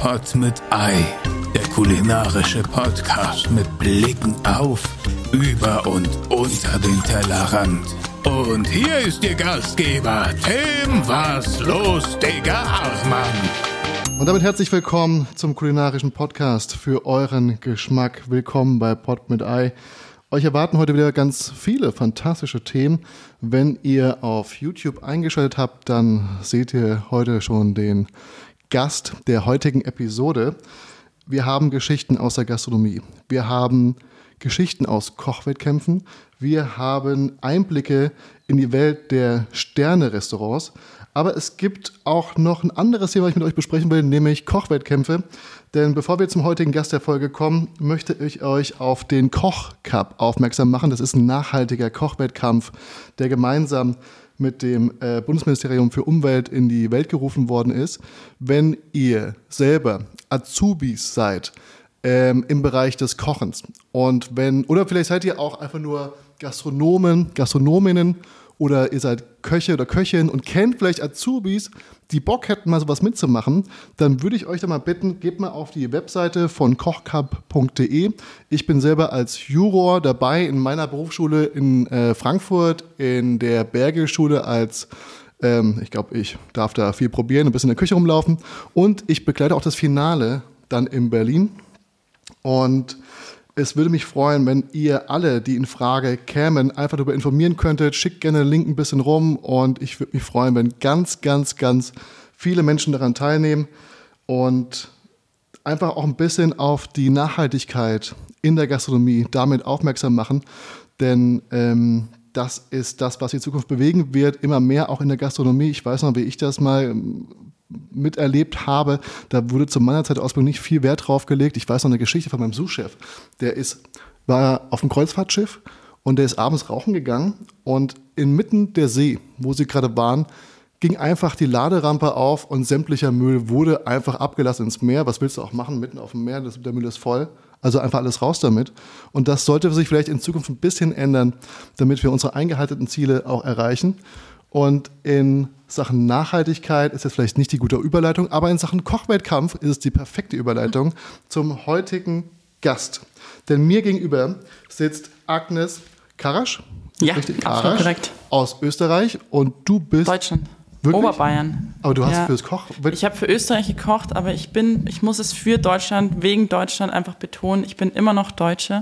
Pod mit Ei, der kulinarische Podcast mit Blicken auf, über und unter den Tellerrand. Und hier ist Ihr Gastgeber, Tim Was los, Digga Achmann. Und damit herzlich willkommen zum kulinarischen Podcast für euren Geschmack. Willkommen bei Pod mit Ei. Euch erwarten heute wieder ganz viele fantastische Themen. Wenn ihr auf YouTube eingeschaltet habt, dann seht ihr heute schon den Gast der heutigen Episode. Wir haben Geschichten aus der Gastronomie. Wir haben Geschichten aus Kochwettkämpfen. Wir haben Einblicke in die Welt der Sterne-Restaurants. Aber es gibt auch noch ein anderes Thema, was ich mit euch besprechen will, nämlich Kochwettkämpfe. Denn bevor wir zum heutigen Gast der Folge kommen, möchte ich euch auf den Koch-Cup aufmerksam machen. Das ist ein nachhaltiger Kochwettkampf, der gemeinsam mit dem Bundesministerium für Umwelt in die Welt gerufen worden ist. Wenn ihr selber Azubis seid im Bereich des Kochens oder vielleicht seid ihr auch einfach nur Gastronomen, Gastronominnen oder ihr seid Köche oder Köchin und kennt vielleicht Azubis, die Bock hätten, mal sowas mitzumachen, dann würde ich euch da mal bitten, geht mal auf die Webseite von kochcup.de. Ich bin selber als Juror dabei in meiner Berufsschule in Frankfurt, in der Berge-Schule als, ich darf da viel probieren, ein bisschen in der Küche rumlaufen und ich begleite auch das Finale dann in Berlin. Und es würde mich freuen, wenn ihr alle, die in Frage kämen, einfach darüber informieren könntet. Schickt gerne den Link ein bisschen rum und ich würde mich freuen, wenn ganz, ganz, ganz viele Menschen daran teilnehmen und einfach auch ein bisschen auf die Nachhaltigkeit in der Gastronomie damit aufmerksam machen. Denn das ist das, was die Zukunft bewegen wird, immer mehr auch in der Gastronomie. Ich weiß noch, wie ich das mal miterlebt habe, da wurde zu meiner Zeit der Ausbildung nicht viel Wert drauf gelegt. Ich weiß noch eine Geschichte von meinem Sous-Chef. Der war auf einem Kreuzfahrtschiff und der ist abends rauchen gegangen und inmitten der See, wo sie gerade waren, ging einfach die Laderampe auf und sämtlicher Müll wurde einfach abgelassen ins Meer. Was willst du auch machen, mitten auf dem Meer, der Müll ist voll. Also einfach alles raus damit. Und das sollte sich vielleicht in Zukunft ein bisschen ändern, damit wir unsere eingehaltenen Ziele auch erreichen. Und in Sachen Nachhaltigkeit ist jetzt vielleicht nicht die gute Überleitung, aber in Sachen Kochwettkampf ist es die perfekte Überleitung zum heutigen Gast. Denn mir gegenüber sitzt Agnes Karasch. Ja, absolut korrekt. Aus Österreich und du bist... Deutschland. Wirklich? Oberbayern. Aber du hast fürs Koch... Ich habe für Österreich gekocht, aber ich muss es für Deutschland, wegen Deutschland einfach betonen, ich bin immer noch Deutsche.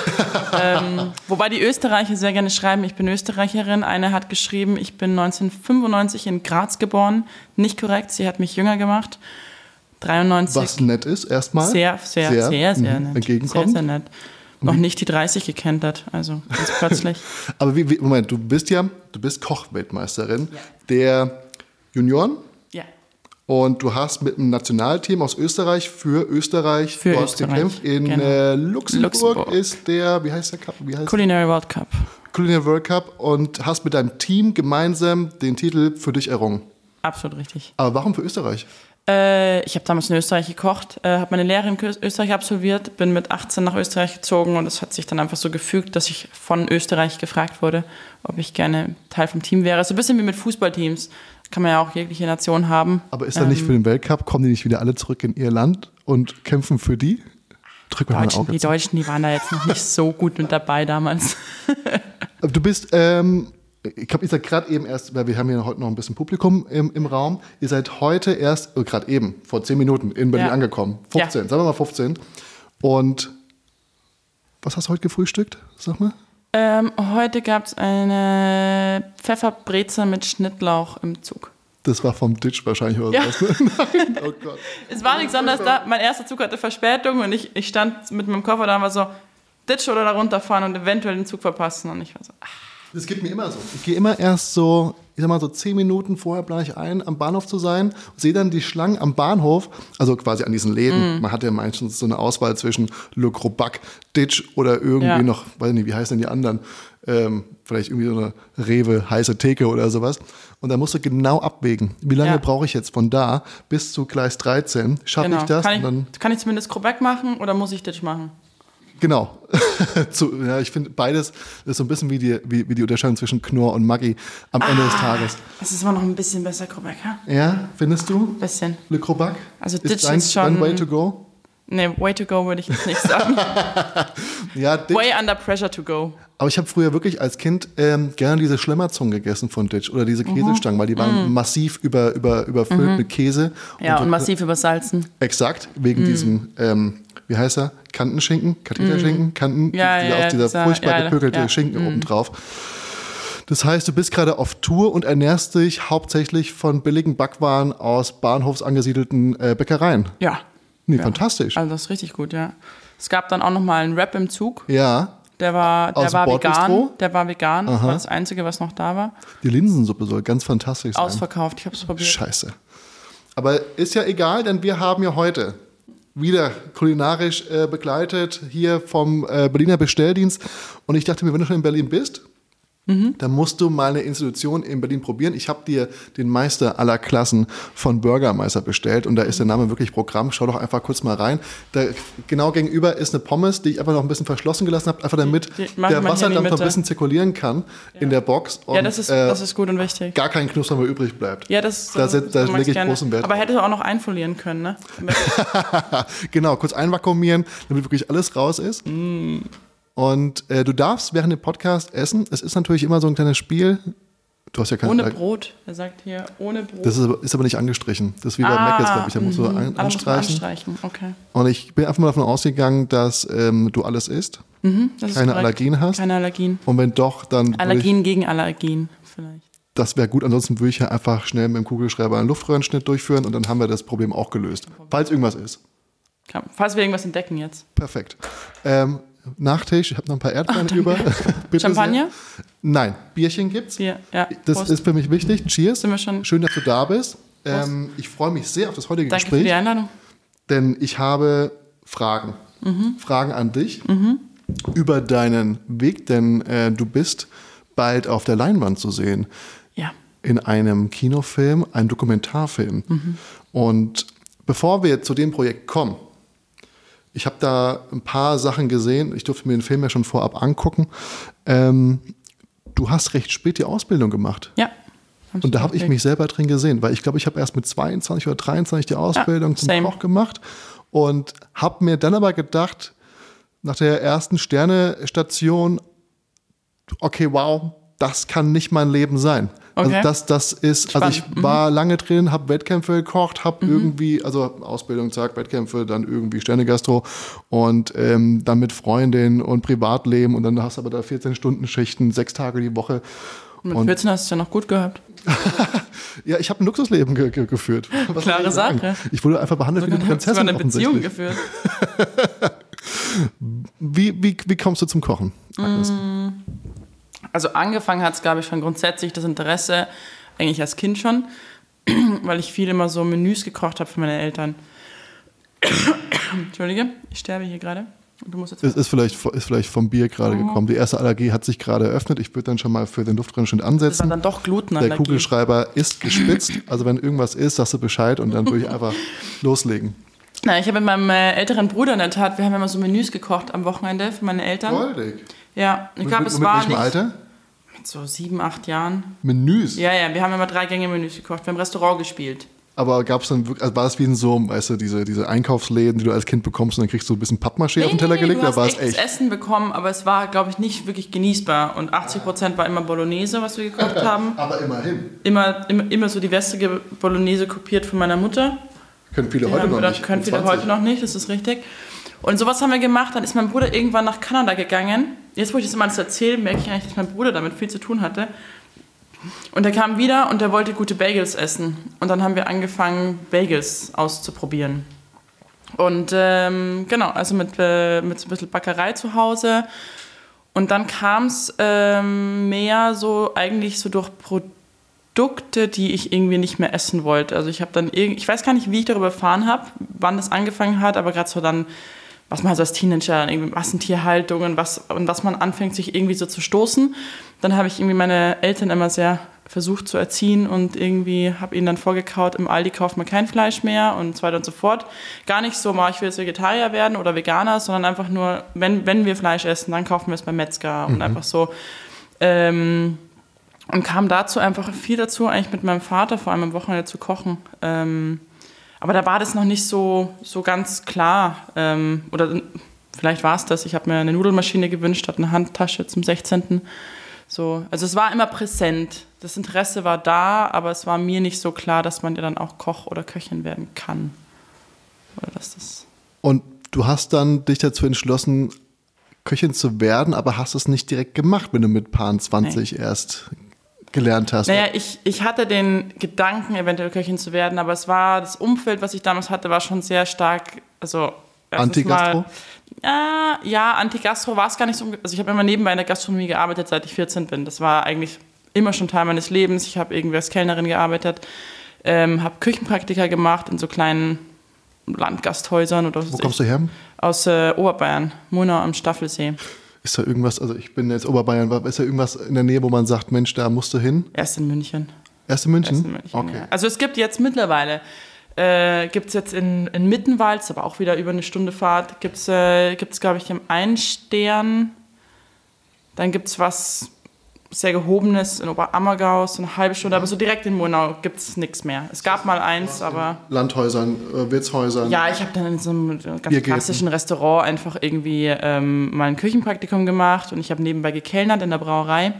Wobei die Österreicher sehr gerne schreiben, ich bin Österreicherin. Eine hat geschrieben, ich bin 1995 in Graz geboren. Nicht korrekt, sie hat mich jünger gemacht. 93. Was nett ist, erstmal. Sehr nett. Entgegenkommen. Sehr nett. Noch nicht die 30 gekentert, also ganz plötzlich. Aber Moment, du bist Kochweltmeisterin der Junioren. Ja. Und du hast mit einem Nationalteam aus Österreich für Österreich gekämpft. In Luxemburg ist der, wie heißt der Cup? Culinary World Cup. Culinary World Cup und hast mit deinem Team gemeinsam den Titel für dich errungen. Absolut richtig. Aber warum für Österreich? Ich habe damals in Österreich gekocht, habe meine Lehre in Österreich absolviert, bin mit 18 nach Österreich gezogen und es hat sich dann einfach so gefügt, dass ich von Österreich gefragt wurde, ob ich gerne Teil vom Team wäre. So ein bisschen wie mit Fußballteams. Kann man ja auch jegliche Nation haben. Aber ist da nicht für den Weltcup, kommen die nicht wieder alle zurück in ihr Land und kämpfen für die? Die Deutschen, die waren da jetzt noch nicht so gut mit dabei damals. Du bist, ich sag gerade eben erst, weil wir haben ja heute noch ein bisschen Publikum im Raum. Ihr seid heute erst, gerade eben, vor 10 Minuten in Berlin angekommen. 15, sagen wir mal 15. Und was hast du heute gefrühstückt? Sag mal. Heute gab es eine Pfefferbreze mit Schnittlauch im Zug. Das war vom Ditch wahrscheinlich oder sowas. Ne? Nein, oh Gott. Es war nichts anderes da. Mein erster Zug hatte Verspätung und ich stand mit meinem Koffer da und war so, Ditch oder da runterfahren und eventuell den Zug verpassen. Und ich war so, Das geht mir immer so. Ich gehe immer erst so, 10 Minuten vorher plane ich ein, am Bahnhof zu sein, sehe dann die Schlangen am Bahnhof, also quasi an diesen Läden. Man hat ja meistens so eine Auswahl zwischen Le Gros Bac, Ditch oder irgendwie noch, weiß nicht, wie heißen denn die anderen? Vielleicht irgendwie so eine Rewe, heiße Theke oder sowas. Und da musst du genau abwägen, wie lange brauche ich jetzt von da bis zu Gleis 13? Schaffe ich das? Kann ich zumindest Gros Bac machen oder muss ich Ditch machen? Genau. Ja, ich finde, beides ist so ein bisschen wie die Unterscheidung zwischen Knorr und Maggi am Ende des Tages. Das ist immer noch ein bisschen besser, Kroback, ja? Ja, findest du? Ein bisschen. Le Crobac? Also ist Ditch dein, ist schon... dein Way to go? Nee, Way to go würde ich jetzt nicht sagen. Ja, Ditch. Way under pressure to go. Aber ich habe früher wirklich als Kind gerne diese Schlemmerzungen gegessen von Ditch oder diese Käsestangen, weil die waren massiv überfüllt mit Käse. Ja, und massiv übersalzen. Exakt, wegen diesem, wie heißt er? Kantenschinken? Katheterschinken? Aus dieser furchtbar gepökelte Schinken obendrauf. Das heißt, du bist gerade auf Tour und ernährst dich hauptsächlich von billigen Backwaren aus bahnhofsangesiedelten Bäckereien. Ja. Nee, fantastisch. Also das ist richtig gut, ja. Es gab dann auch noch mal einen Rap im Zug. Ja. Der war vegan. Der war vegan. Aha. Das war das Einzige, was noch da war. Die Linsensuppe soll ganz fantastisch sein. Ausverkauft, ich habe es probiert. Scheiße. Aber ist ja egal, denn wir haben ja heute wieder kulinarisch begleitet hier vom Berliner Bestelldienst. Und ich dachte mir, wenn du schon in Berlin bist, dann musst du mal eine Institution in Berlin probieren. Ich habe dir den Meister aller Klassen von Burgermeister bestellt und da ist der Name wirklich Programm. Schau doch einfach kurz mal rein. Da genau gegenüber ist eine Pommes, die ich einfach noch ein bisschen verschlossen gelassen habe, einfach damit der Wasserdampf ein bisschen zirkulieren kann in der Box. Und, ja, das ist gut und wichtig. Gar kein Knusper mehr übrig bleibt. Ja, da lege ich großen Wert. Aber hättest du auch noch einfolieren können, ne? Genau, kurz einvakuumieren, damit wirklich alles raus ist. Und du darfst während dem Podcast essen. Es ist natürlich immer so ein kleines Spiel. Du hast ja ohne Brot. Er sagt hier, ohne Brot. Das ist aber nicht angestrichen. Das ist wie bei Mc's, glaube ich. Da musst du anstreichen. Okay. Und ich bin einfach mal davon ausgegangen, dass du alles isst. Keine Allergien hast. Keine Allergien. Und wenn doch, dann... Allergien gegen Allergien vielleicht. Das wäre gut. Ansonsten würde ich ja einfach schnell mit dem Kugelschreiber einen Luftröhrenschnitt durchführen und dann haben wir das Problem auch gelöst. Falls irgendwas ist. Falls wir irgendwas entdecken jetzt. Perfekt. Nachtisch, ich habe noch ein paar Erdbeeren über. Champagner? Sehr. Nein, Bierchen gibt's. Bier, ja. Das ist für mich wichtig. Cheers. Sind wir schon? Schön, dass du da bist. Ich freue mich sehr auf das heutige Danke Gespräch. für die Einladung. Denn ich habe Fragen. Fragen an dich über deinen Weg, denn du bist bald auf der Leinwand zu sehen. Ja. In einem Kinofilm, einem Dokumentarfilm. Und bevor wir zu dem Projekt kommen, ich habe da ein paar Sachen gesehen. Ich durfte mir den Film ja schon vorab angucken. Du hast recht spät die Ausbildung gemacht. Ja. Und da habe ich mich selber drin gesehen, weil ich glaube, ich habe erst mit 22 oder 23 die Ausbildung zum Koch gemacht und habe mir dann aber gedacht, nach der ersten Sternestation, okay, wow, das kann nicht mein Leben sein. Okay. Also das ist, spannend. Also ich war lange drin, habe Wettkämpfe gekocht, habe irgendwie, also Ausbildung, Wettkämpfe, dann irgendwie Sterne-Gastro und dann mit Freundin und Privatleben und dann hast du aber da 14-Stunden-Schichten, 6 Tage die Woche. Mit 14 hast du es ja noch gut gehabt. Ja, ich habe ein Luxusleben geführt. Was klare Sache. Ich wurde einfach behandelt wie eine Prinzessin. Du hast eine Beziehung geführt. Wie kommst du zum Kochen, Agnes? Also angefangen hat es, glaube ich, schon grundsätzlich das Interesse, eigentlich als Kind schon, weil ich viel immer so Menüs gekocht habe für meine Eltern. Entschuldige, ich sterbe hier gerade. Du musst jetzt ist vielleicht vom Bier gerade gekommen. Die erste Allergie hat sich gerade eröffnet. Ich würde dann schon mal für den Luftröhrenschnitt ansetzen. Das war dann doch Glutenallergie. Der Kugelschreiber ist gespitzt. Also wenn irgendwas ist, sagst du Bescheid und dann würde ich einfach loslegen. Na, ich habe mit meinem älteren Bruder in der Tat, wir haben immer so Menüs gekocht am Wochenende für meine Eltern. Goldig. Ja, ich glaube, es war nicht... Mit welchem Alter? Mit so 7, 8 Jahren. Menüs? Ja, wir haben immer 3 Gänge Menüs gekocht. Wir haben im Restaurant gespielt. Aber gab es dann wirklich, also war es wie in so, weißt du, diese Einkaufsläden, die du als Kind bekommst und dann kriegst du ein bisschen Pappmaché auf den Teller gelegt? Du oder war hast es echt? Essen bekommen, aber es war, glaube ich, nicht wirklich genießbar. Und 80% war immer Bolognese, was wir gekocht haben. Aber immerhin. Immer so die wässrige Bolognese kopiert von meiner Mutter. Können viele heute noch nicht. Können viele heute noch nicht, das ist richtig. Und sowas haben wir gemacht. Dann ist mein Bruder irgendwann nach Kanada gegangen. Jetzt, wo ich das immer alles erzähle, merke ich eigentlich, dass mein Bruder damit viel zu tun hatte. Und er kam wieder und er wollte gute Bagels essen. Und dann haben wir angefangen, Bagels auszuprobieren. Und genau, also mit so ein bisschen Backerei zu Hause. Und dann kam es mehr so eigentlich so durch Produkte, die ich irgendwie nicht mehr essen wollte. Also ich habe dann ich weiß gar nicht, wie ich darüber erfahren habe, wann das angefangen hat, aber gerade so dann, was man so als Teenager, irgendwie Massentierhaltung und was man anfängt, sich irgendwie so zu stoßen. Dann habe ich irgendwie meine Eltern immer sehr versucht zu erziehen und irgendwie habe ihnen dann vorgekaut, im Aldi kauft man kein Fleisch mehr und so weiter und so fort. Gar nicht so, ich will jetzt Vegetarier werden oder Veganer, sondern einfach nur, wenn wir Fleisch essen, dann kaufen wir es beim Metzger und einfach so. Und kam dazu einfach viel dazu, eigentlich mit meinem Vater, vor allem am Wochenende zu kochen. Aber da war das noch nicht so ganz klar. Oder vielleicht war es das, ich habe mir eine Nudelmaschine gewünscht, hatte eine Handtasche zum 16. So, also es war immer präsent. Das Interesse war da, aber es war mir nicht so klar, dass man ja dann auch Koch oder Köchin werden kann. Oder dass das Und du hast dann dich dazu entschlossen, Köchin zu werden, aber hast es nicht direkt gemacht, wenn du mit Paar 20 erst gelernt hast. Naja, ich hatte den Gedanken, eventuell Köchin zu werden, aber es war das Umfeld, was ich damals hatte, war schon sehr stark, also Anti-Gastro? Ja, Anti-Gastro war es gar nicht so. Also ich habe immer nebenbei in der Gastronomie gearbeitet, seit ich 14 bin. Das war eigentlich immer schon Teil meines Lebens. Ich habe irgendwie als Kellnerin gearbeitet, habe Küchenpraktika gemacht in so kleinen Landgasthäusern oder so. Wo kommst du her? Aus Oberbayern, Murnau am Staffelsee. Ist da irgendwas, also ich bin jetzt Oberbayern, ist da irgendwas in der Nähe, wo man sagt, Mensch, da musst du hin? Erst in München. Erst in München? Erst in München, okay. ja. Also es gibt jetzt mittlerweile, gibt es jetzt in Mittenwald, aber auch wieder über eine Stunde Fahrt, gibt es glaube ich, im Einstern. Dann gibt es was sehr Gehobenes in Oberammergau, so eine halbe Stunde, aber so direkt in Murnau gibt es nichts mehr. Es gab mal eins, aber... Landhäusern, Wirtshäusern. Ja, ich habe dann in so einem ganz klassischen Restaurant einfach irgendwie mal ein Küchenpraktikum gemacht und ich habe nebenbei gekellnert in der Brauerei.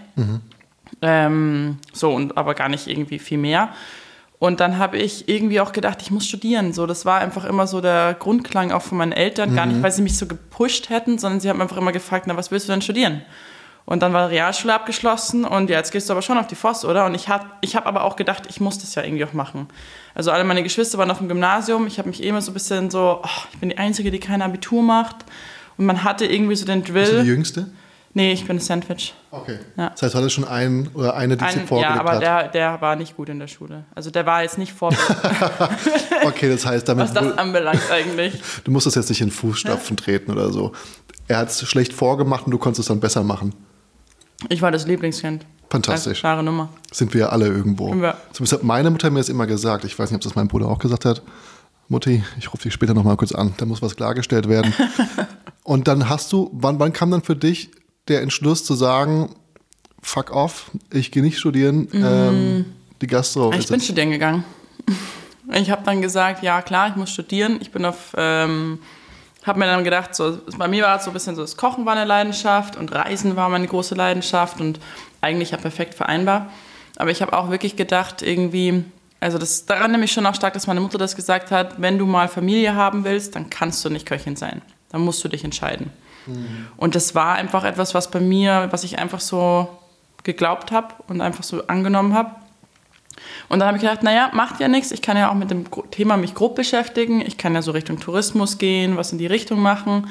Aber gar nicht irgendwie viel mehr. Und dann habe ich irgendwie auch gedacht, ich muss studieren. So, das war einfach immer so der Grundklang auch von meinen Eltern. Gar nicht, weil sie mich so gepusht hätten, sondern sie haben einfach immer gefragt, na, was willst du denn studieren? Und dann war die Realschule abgeschlossen und ja, jetzt gehst du aber schon auf die Voss, oder? Und ich hab aber auch gedacht, ich muss das ja irgendwie auch machen. Also alle meine Geschwister waren auf dem Gymnasium. Ich habe mich immer so ein bisschen so, ich bin die Einzige, die kein Abitur macht. Und man hatte irgendwie so den Drill. Bist du die Jüngste? Nee, ich bin ein Sandwich. Okay. Ja. Das heißt, du hattest schon einen oder eine, die sich vorgelegt hat. Ja, aber der war nicht gut in der Schule. Also der war jetzt nicht vorbereitet. Okay, das heißt, damit... Was das anbelangt eigentlich. Du musstest jetzt nicht in Fußstapfen treten oder so. Er hat es schlecht vorgemacht und du konntest es dann besser machen. Ich war das Lieblingskind. Fantastisch. Klare Nummer. Sind wir alle irgendwo. Zumindest hat meine Mutter mir das immer gesagt. Ich weiß nicht, ob das mein Bruder auch gesagt hat. Mutti, ich rufe dich später nochmal kurz an. Da muss was klargestellt werden. Und dann hast du, wann kam dann für dich der Entschluss zu sagen, fuck off, ich gehe nicht studieren, die Gastro. Ich bin studieren gegangen. Ich habe dann gesagt, ja klar, ich muss studieren. Ich bin habe mir dann gedacht, so, bei mir war es so ein bisschen so, das Kochen war eine Leidenschaft und Reisen war meine große Leidenschaft und eigentlich ja perfekt vereinbar. Aber ich habe auch wirklich gedacht, irgendwie, also daran nehme ich schon auch stark, dass meine Mutter das gesagt hat, wenn du mal Familie haben willst, dann kannst du nicht Köchin sein. Dann musst du dich entscheiden. Und das war einfach etwas, was ich einfach so geglaubt habe und einfach so angenommen habe. Und dann habe ich gedacht, naja, macht ja nichts. Ich kann ja auch mit dem Thema mich grob beschäftigen. Ich kann ja so Richtung Tourismus gehen, was in die Richtung machen.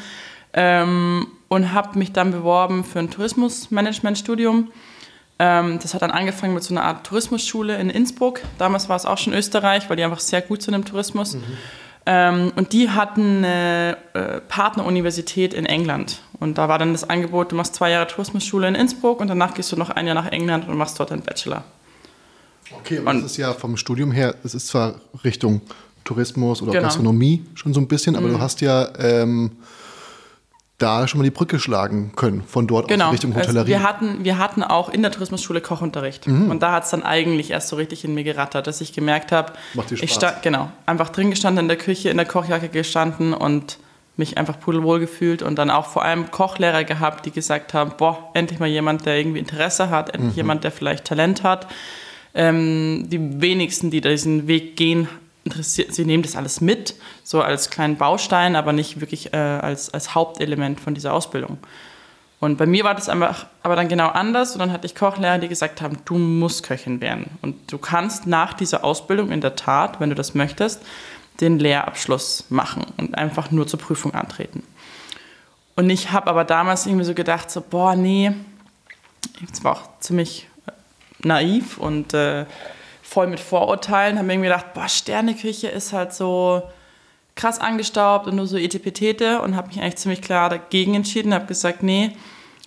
Und habe mich dann beworben für ein Tourismusmanagementstudium. Das hat dann angefangen mit so einer Art Tourismusschule in Innsbruck. Damals war es auch schon Österreich, weil die einfach sehr gut sind im Tourismus. Und die hatten eine Partneruniversität in England. Und da war dann das Angebot, du machst 2 Jahre Tourismusschule in Innsbruck und danach gehst du noch 1 Jahr nach England und machst dort einen Bachelor. Okay, aber das ist ja vom Studium her, es ist zwar Richtung Tourismus oder Gastronomie schon so ein bisschen, aber du hast ja da schon mal die Brücke schlagen können, von dort aus Richtung Hotellerie. Also wir hatten auch in der Tourismusschule Kochunterricht. Und da hat es dann eigentlich erst so richtig in mir gerattert, dass ich gemerkt habe, einfach drin gestanden in der Küche, in der Kochjacke gestanden und mich einfach pudelwohl gefühlt und dann auch vor allem Kochlehrer gehabt, die gesagt haben, endlich mal jemand, der irgendwie Interesse hat, endlich jemand, der vielleicht Talent hat. Die wenigsten, die diesen Weg gehen, sie nehmen das alles mit, so als kleinen Baustein, aber nicht wirklich als Hauptelement von dieser Ausbildung. Und bei mir war das einfach aber dann genau anders und dann hatte ich Kochlehrer, die gesagt haben, du musst Köchin werden und du kannst nach dieser Ausbildung in der Tat, wenn du das möchtest, den Lehrabschluss machen und einfach nur zur Prüfung antreten. Und ich habe aber damals irgendwie so gedacht, so, nee, das war auch ziemlich naiv und voll mit Vorurteilen, habe mir irgendwie gedacht, Sterneküche ist halt so krass angestaubt und nur so Etepetete und habe mich eigentlich ziemlich klar dagegen entschieden, habe gesagt, nee,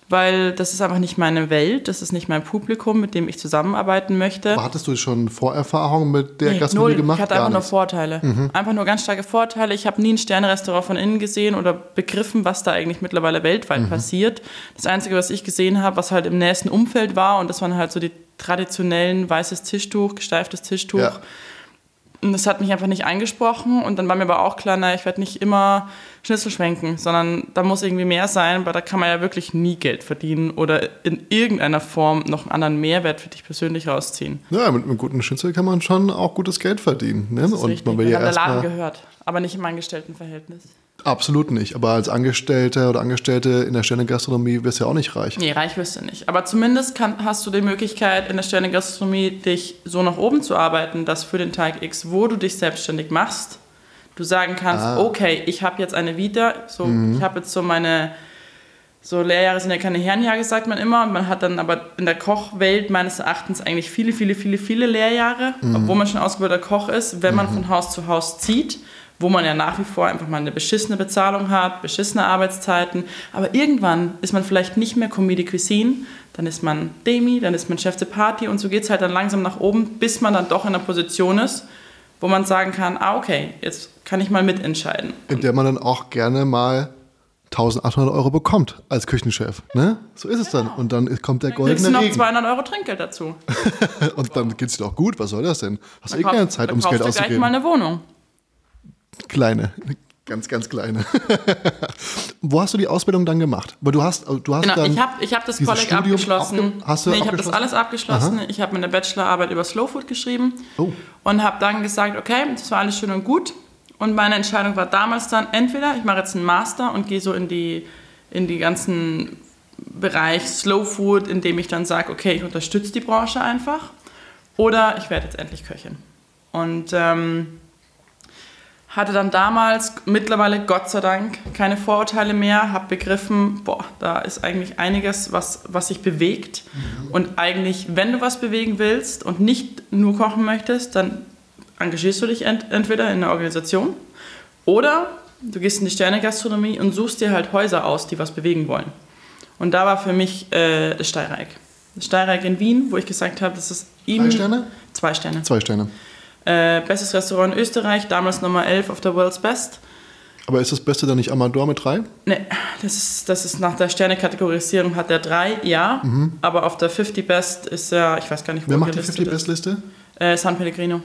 weil das ist einfach nicht meine Welt, das ist nicht mein Publikum, mit dem ich zusammenarbeiten möchte. Aber hattest du schon Vorerfahrungen mit der Gastronomie null. gemacht? Ich hatte einfach nur Vorteile. Einfach nur ganz starke Vorteile. Ich habe nie ein Sterne-Restaurant von innen gesehen oder begriffen, was da eigentlich mittlerweile weltweit passiert. Das Einzige, was ich gesehen habe, was halt im nächsten Umfeld war, und das waren halt so die traditionellen weißes Tischtuch, gesteiftes Tischtuch. Ja. Und das hat mich einfach nicht angesprochen. Und dann war mir aber auch klar, ich werde nicht immer Schnitzel schwenken, sondern da muss irgendwie mehr sein, weil da kann man ja wirklich nie Geld verdienen oder in irgendeiner Form noch einen anderen Mehrwert für dich persönlich rausziehen. Ja, mit einem guten Schnitzel kann man schon auch gutes Geld verdienen. Ne? Das ist Und richtig, man will wenn ja der Laden erstmal. gehört, aber nicht im Angestelltenverhältnis. Absolut nicht. Aber als Angestellter oder Angestellte in der Sternegastronomie wirst du ja auch nicht reich. Nee, reich wirst du nicht. Aber zumindest hast du die Möglichkeit, in der Sternegastronomie dich so nach oben zu arbeiten, dass für den Tag X, wo du dich selbstständig machst, du sagen kannst, okay, ich habe jetzt eine Vita, ich habe jetzt so meine, so Lehrjahre sind ja keine Herrenjahre, sagt man immer, und man hat dann aber in der Kochwelt meines Erachtens eigentlich viele Lehrjahre, obwohl man schon ausgebildeter Koch ist, wenn man von Haus zu Haus zieht, wo man ja nach wie vor einfach mal eine beschissene Bezahlung hat, beschissene Arbeitszeiten. Aber irgendwann ist man vielleicht nicht mehr Comedy Cuisine, dann ist man Demi, dann ist man Chef de Partie und so geht es halt dann langsam nach oben, bis man dann doch in einer Position ist, wo man sagen kann, okay, jetzt kann ich mal mitentscheiden. In der man dann auch gerne mal 1.800 € bekommt als Küchenchef. Ne? So ist es dann. Und dann kommt der goldene Kriegst du noch Regen. 200 € Trinkgeld dazu. Und dann geht es dir doch gut. Was soll das denn? Hast du keine Zeit, ums Geld Dann kaufst du auszugeben? gleich mal eine Wohnung. Kleine. Ganz, ganz kleine. Wo hast du die Ausbildung dann gemacht? Weil du hast Genau, dann ich hab das dieses Kolleg Studium abgeschlossen. hast du Ich habe das abgeschlossen? alles abgeschlossen. Ich habe meine Bachelorarbeit über Slow Food geschrieben und habe dann gesagt, okay, das war alles schön und gut. Und meine Entscheidung war damals dann, entweder ich mache jetzt einen Master und gehe so in die ganzen Bereich Slow Food, in dem ich dann sage, okay, ich unterstütze die Branche einfach, oder ich werde jetzt endlich Köchin. Und hatte dann damals, mittlerweile Gott sei Dank, keine Vorurteile mehr, habe begriffen, da ist eigentlich einiges, was sich bewegt. Und eigentlich, wenn du was bewegen willst und nicht nur kochen möchtest, dann engagierst du dich entweder in einer Organisation oder du gehst in die Sternegastronomie und suchst dir halt Häuser aus, die was bewegen wollen. Und da war für mich das Steyrijk. Das Steyrijk in Wien, wo ich gesagt habe, das ist ihm... 3 Sterne? 2 Sterne. 2 Sterne. Bestes Restaurant in Österreich, damals Nummer 11 auf der World's Best. Aber ist das Beste dann nicht Amador mit 3? Ne, das ist nach der Sterne-Kategorisierung hat der 3, ja. Aber auf der 50 Best ist er, ich weiß gar nicht, wo Wer er macht die gelistet 50 Best Liste? San Pellegrino.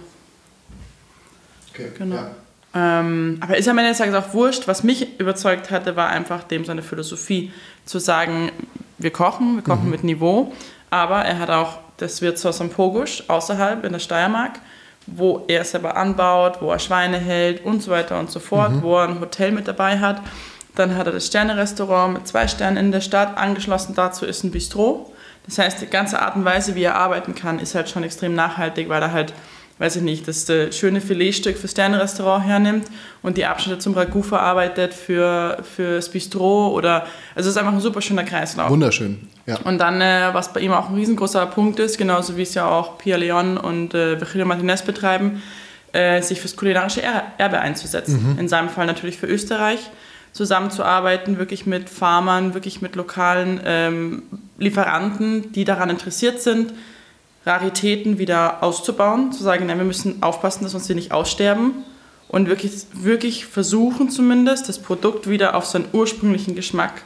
Okay. Genau. Ja. Aber ist am Ende des Tages auch wurscht. Was mich überzeugt hatte, war einfach dem seine Philosophie, zu sagen, wir kochen mit Niveau, aber er hat auch das Wirtshaus am Pogusch außerhalb in der Steiermark, wo er selber anbaut, wo er Schweine hält und so weiter und so fort, wo er ein Hotel mit dabei hat. Dann hat er das Sterne-Restaurant mit 2 Sternen in der Stadt, angeschlossen dazu ist ein Bistro. Das heißt, die ganze Art und Weise, wie er arbeiten kann, ist halt schon extrem nachhaltig, weil er halt, weiß ich nicht, das schöne Filetstück fürs Sterne-Restaurant hernimmt und die Abschnitte zum Ragout verarbeitet fürs Bistro oder, also es ist einfach ein super schöner Kreislauf. Wunderschön, ja. Und dann, was bei ihm auch ein riesengroßer Punkt ist, genauso wie es ja auch Pia Leon und Virgilio Martinez betreiben, sich fürs kulinarische Erbe einzusetzen. In seinem Fall natürlich für Österreich, zusammenzuarbeiten, wirklich mit Farmern, wirklich mit lokalen Lieferanten, die daran interessiert sind, Raritäten wieder auszubauen, zu sagen, wir müssen aufpassen, dass uns die nicht aussterben und wirklich versuchen zumindest, das Produkt wieder auf seinen ursprünglichen Geschmack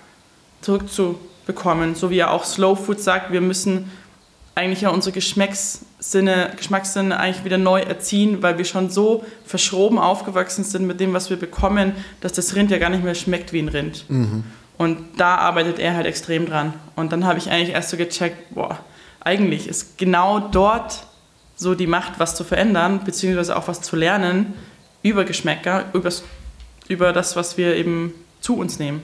zurückzubekommen. So wie er auch Slow Food sagt, wir müssen eigentlich ja unsere Geschmackssinne eigentlich wieder neu erziehen, weil wir schon so verschroben aufgewachsen sind mit dem, was wir bekommen, dass das Rind ja gar nicht mehr schmeckt wie ein Rind. Und da arbeitet er halt extrem dran. Und dann habe ich eigentlich erst so gecheckt, eigentlich ist genau dort so die Macht, was zu verändern, beziehungsweise auch was zu lernen über Geschmäcker, über das, was wir eben zu uns nehmen.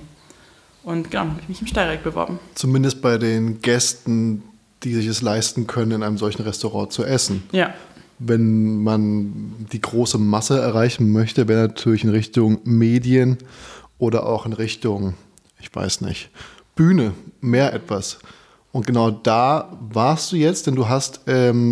Und genau, habe ich mich im Steyrijk beworben. Zumindest bei den Gästen, die sich es leisten können, in einem solchen Restaurant zu essen. Ja. Wenn man die große Masse erreichen möchte, wäre natürlich in Richtung Medien oder auch in Richtung, ich weiß nicht, Bühne, mehr etwas. Und genau da warst du jetzt, denn du hast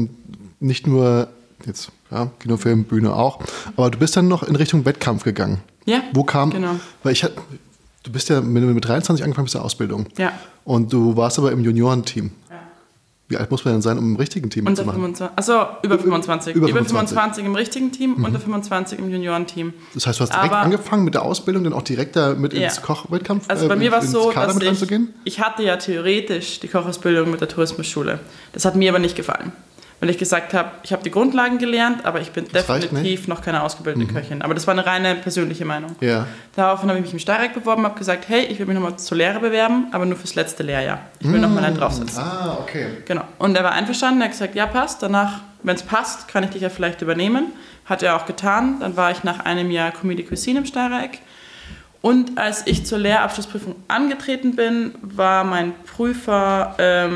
nicht nur jetzt Kinofilm, Bühne auch, aber du bist dann noch in Richtung Wettkampf gegangen. Ja, Wo kam, genau. weil Du bist ja, wenn du mit 23 angefangen bist, der Ausbildung. Ja. Und du warst aber im Juniorenteam. Ja. Wie alt muss man denn sein, um im richtigen Team Unter mitzumachen? 25. Achso, über 25. Über Über 25 25 im richtigen Team, unter 25 im Juniorenteam. Das heißt, du hast direkt angefangen mit der Ausbildung, dann auch direkt da mit ins Kochwettkampf? Also bei mir war es so, dass dass ich hatte ja theoretisch die Kochausbildung mit der Tourismusschule. Das hat mir aber nicht gefallen. Weil ich gesagt habe, ich habe die Grundlagen gelernt, aber ich bin definitiv noch keine ausgebildete Köchin. Aber das war eine reine persönliche Meinung. Ja. Daraufhin habe ich mich im Steyrek beworben, habe gesagt, hey, ich will mich nochmal zur Lehre bewerben, aber nur fürs letzte Lehrjahr. Ich will nochmal einen draufsetzen. Ah, okay. Genau. Und er war einverstanden, er hat gesagt, ja, passt. Danach, wenn es passt, kann ich dich ja vielleicht übernehmen. Hat er auch getan. Dann war ich nach einem Jahr Comedy Cuisine im Steyrek. Und als ich zur Lehrabschlussprüfung angetreten bin, war mein Prüfer...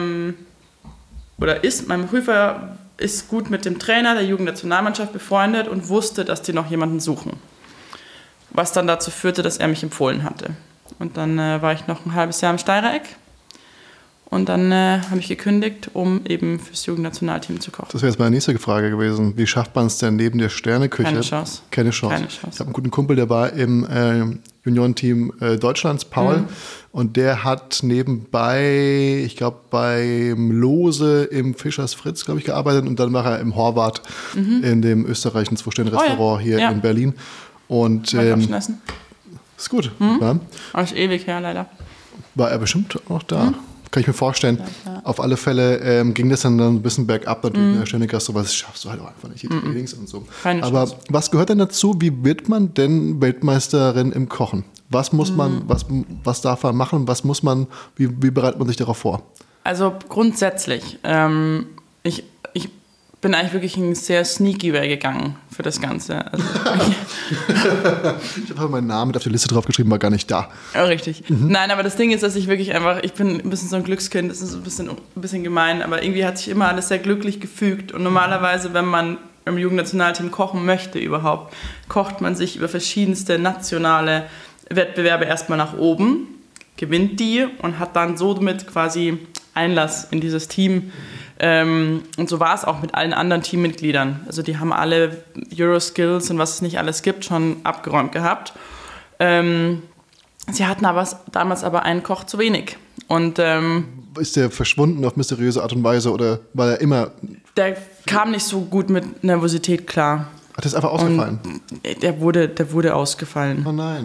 mein Prüfer ist gut mit dem Trainer der Jugendnationalmannschaft befreundet und wusste, dass die noch jemanden suchen. Was dann dazu führte, dass er mich empfohlen hatte. Und dann war ich noch ein halbes Jahr im Steyrek. Und dann habe ich gekündigt, um eben fürs Jugendnationalteam zu kochen. Das wäre jetzt meine nächste Frage gewesen. Wie schafft man es denn neben der Sterneküche? Keine Chance. Keine Chance. Ich habe einen guten Kumpel, der war im Juniorenteam Deutschlands, Paul. Und der hat nebenbei, ich glaube, beim Lose im Fischers Fritz, glaube ich, gearbeitet. Und dann war er im Horvath in dem österreichischen Zwei-Sterne-Restaurant hier in Berlin. Und ist gut. Ja. Aber ist ewig her, leider. War er bestimmt auch da? Kann ich mir vorstellen. Ja. Auf alle Fälle ging das dann ein bisschen bergab natürlich in der Sterne-Gastro, weil das schaffst du halt auch einfach nicht, die Trainings und so. Aber was gehört denn dazu? Wie wird man denn Weltmeisterin im Kochen? Was muss man, was darf man machen? Was muss man, wie bereitet man sich darauf vor? Also grundsätzlich, ich bin eigentlich wirklich einen sehr sneaky Way gegangen für das Ganze. Also ich habe meinen Namen mit auf die Liste draufgeschrieben, war gar nicht da. Ja, richtig. Nein, aber das Ding ist, dass ich wirklich einfach, ich bin ein bisschen so ein Glückskind, das ist ein bisschen gemein, aber irgendwie hat sich immer alles sehr glücklich gefügt. Und normalerweise, wenn man im Jugendnationalteam kochen möchte überhaupt, kocht man sich über verschiedenste nationale Wettbewerbe erstmal nach oben, gewinnt die und hat dann somit quasi Einlass in dieses Team. Und so war es auch mit allen anderen Teammitgliedern. Also die haben alle Euroskills und was es nicht alles gibt, schon abgeräumt gehabt. Sie hatten damals aber einen Koch zu wenig. Und, ist der verschwunden auf mysteriöse Art und Weise oder war er immer... Der kam nicht so gut mit Nervosität klar. Hat das einfach ausgefallen? Und der wurde ausgefallen. Oh nein.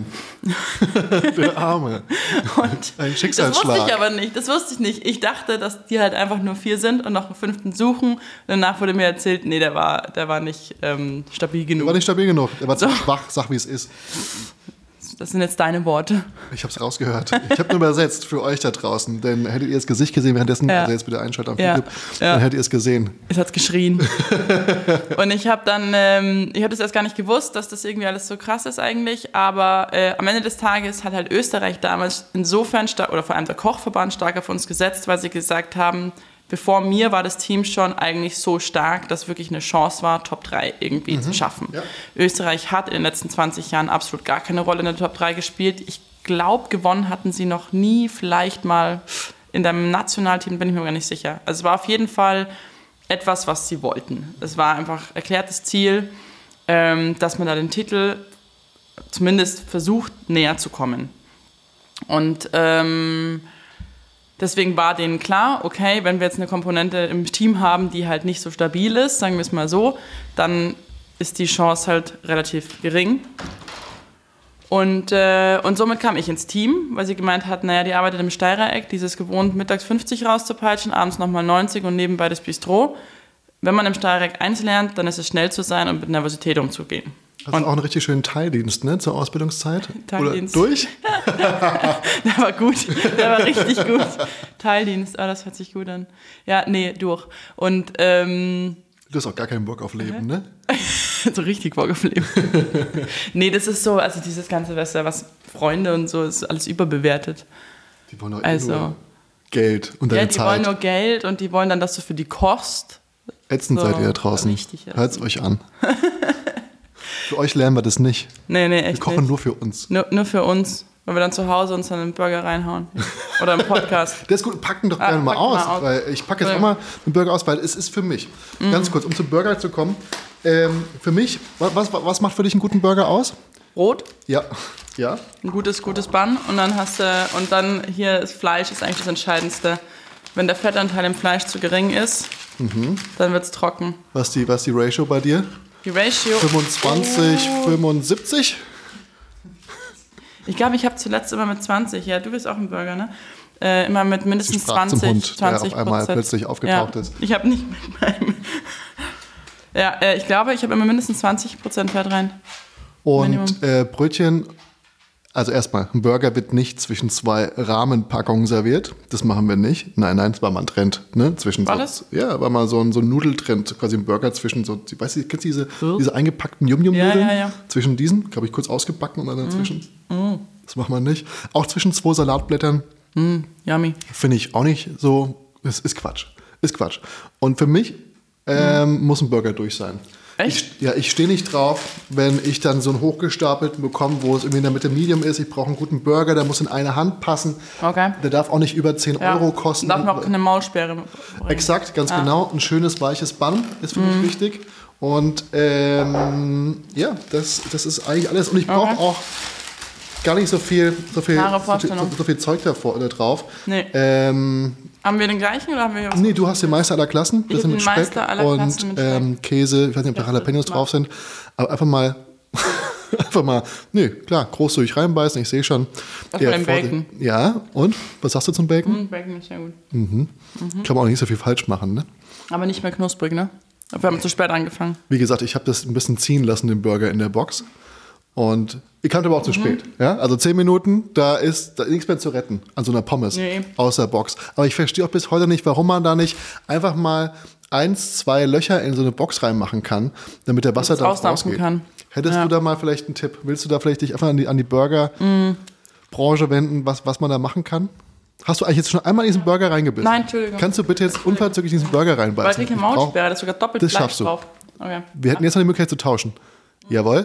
Der Arme. Und ein Schicksalsschlag. Das wusste ich aber nicht. Das wusste ich nicht. Ich dachte, dass die halt einfach nur 4 sind und noch einen 5. suchen. Und danach wurde mir erzählt, nee, der war nicht stabil genug. Der war nicht stabil genug. Der war zu schwach. Sag, wie es ist. Das sind jetzt deine Worte. Ich habe es rausgehört. Ich habe nur übersetzt für euch da draußen. Denn hättet ihr das Gesicht gesehen währenddessen, also jetzt bitte einschalten auf YouTube, dann hättet ihr es gesehen. Es hat geschrien. Und ich habe dann, ich habe das erst gar nicht gewusst, dass das irgendwie alles so krass ist eigentlich. Aber am Ende des Tages hat halt Österreich damals insofern stark, oder vor allem der Kochverband stark auf uns gesetzt, weil sie gesagt haben, bevor mir war das Team schon eigentlich so stark, dass wirklich eine Chance war, Top 3 irgendwie zu schaffen. Ja. Österreich hat in den letzten 20 Jahren absolut gar keine Rolle in der Top 3 gespielt. Ich glaube, gewonnen hatten sie noch nie, vielleicht mal in dem Nationalteam, bin ich mir gar nicht sicher. Also es war auf jeden Fall etwas, was sie wollten. Es war einfach erklärtes Ziel, dass man da den Titel zumindest versucht, näher zu kommen. Und deswegen war denen klar, okay, wenn wir jetzt eine Komponente im Team haben, die halt nicht so stabil ist, sagen wir es mal so, dann ist die Chance halt relativ gering. Und somit kam ich ins Team, weil sie gemeint hat, naja, die arbeitet im Steyrek, die ist es gewohnt, mittags 50 rauszupeitschen, abends nochmal 90 und nebenbei das Bistro. Wenn man im Steyrek eins lernt, dann ist es schnell zu sein und mit Nervosität umzugehen. Also auch einen richtig schönen Teildienst, ne, zur Ausbildungszeit? Teildienst. Oder durch? Der war gut, der war richtig gut. Teildienst, das hört sich gut an. Ja, nee, durch. Und, du hast auch gar keinen Bock auf Leben, ne? So richtig Bock auf Leben. Nee, das ist so, also dieses ganze, was Freunde und so, ist alles überbewertet. Die wollen doch nur Geld und deine Zeit. Ja, die wollen nur Geld und die wollen dann, dass du für die kochst. Ätzend seid ihr da draußen. Hört's euch an. Für euch lernen wir das nicht. Nee, echt wir kochen nicht. Nur für uns. Nur für uns, weil wir dann zu Hause uns dann einen Burger reinhauen. Oder einen Podcast. Das ist gut, packen doch gerne mal aus. Weil ich packe jetzt auch mal einen Burger aus, weil es ist für mich. Ganz kurz, um zum Burger zu kommen. Für mich, was macht für dich einen guten Burger aus? Brot. Ja. Ein gutes Bun. Und dann hier das Fleisch ist eigentlich das Entscheidendste. Wenn der Fettanteil im Fleisch zu gering ist, dann wird es trocken. Was die Ratio bei dir? Die Ratio? 25, 75? Ich glaube, ich habe zuletzt immer mit 20. Ja, du willst auch einen Burger, ne? Immer mit mindestens 20, zum Hund, 20%. der auf einmal plötzlich aufgetaucht ist. Ich habe nicht mit meinem... ich glaube, ich habe immer mindestens 20% Fett rein. Und Brötchen, also erstmal, ein Burger wird nicht zwischen 2 Rahmenpackungen serviert. Das machen wir nicht. Nein, es war mal ein Trend. Ne? War das? Ja, war mal so ein Nudeltrend, quasi ein Burger zwischen so, weißt du, kennst du diese eingepackten Yum-Yum-Nudeln? Ja. Zwischen diesen, habe ich kurz ausgebacken und dann dazwischen. Das macht man nicht. Auch zwischen 2 Salatblättern. Yummy. Finde ich auch nicht so, das ist Quatsch. Und für mich muss ein Burger durch sein. Echt? Ich stehe nicht drauf, wenn ich dann so einen hochgestapelten bekomme, wo es irgendwie in der Mitte Medium ist. Ich brauche einen guten Burger, der muss in eine Hand passen. Okay. Der darf auch nicht über 10 Euro kosten. Darf noch keine Maulsperre bringen. Exakt, ganz genau. Ein schönes, weiches Bun ist für mich wichtig. Und das ist eigentlich alles. Und ich brauche auch gar nicht so viel Zeug da drauf. Nee. Haben wir den gleichen oder haben wir was? Nee, du hast den Meister aller Klassen. Das sind mit Speck und Käse. Ich weiß nicht, ob da Jalapenos drauf sind. Aber einfach mal, klar, großzügig reinbeißen. Ich sehe schon. Was bei dem Bacon? Ja, und? Was sagst du zum Bacon? Bacon ist sehr gut. Kann man auch nicht so viel falsch machen, ne? Aber nicht mehr knusprig, ne? Wir haben zu spät angefangen. Wie gesagt, ich habe das ein bisschen ziehen lassen, den Burger in der Box. Und ich kam aber auch zu spät. Ja? Also 10 Minuten, da ist nichts mehr zu retten an so einer Pommes aus der Box. Aber ich verstehe auch bis heute nicht, warum man da nicht einfach mal 1, 2 Löcher in so eine Box reinmachen kann, damit der Wasser da rausgeht. Kann. Hättest du da mal vielleicht einen Tipp? Willst du da vielleicht dich einfach an die Burger-Branche wenden, was man da machen kann? Hast du eigentlich jetzt schon einmal in diesen Burger reingebissen? Nein, Entschuldigung. Kannst du bitte jetzt unverzüglich in diesen Burger reinbeißen? Weil ich eine Maulsperre, das ist sogar doppelt das Fleisch schaffst du. drauf. Okay. Wir hätten jetzt noch die Möglichkeit zu tauschen. Jawohl.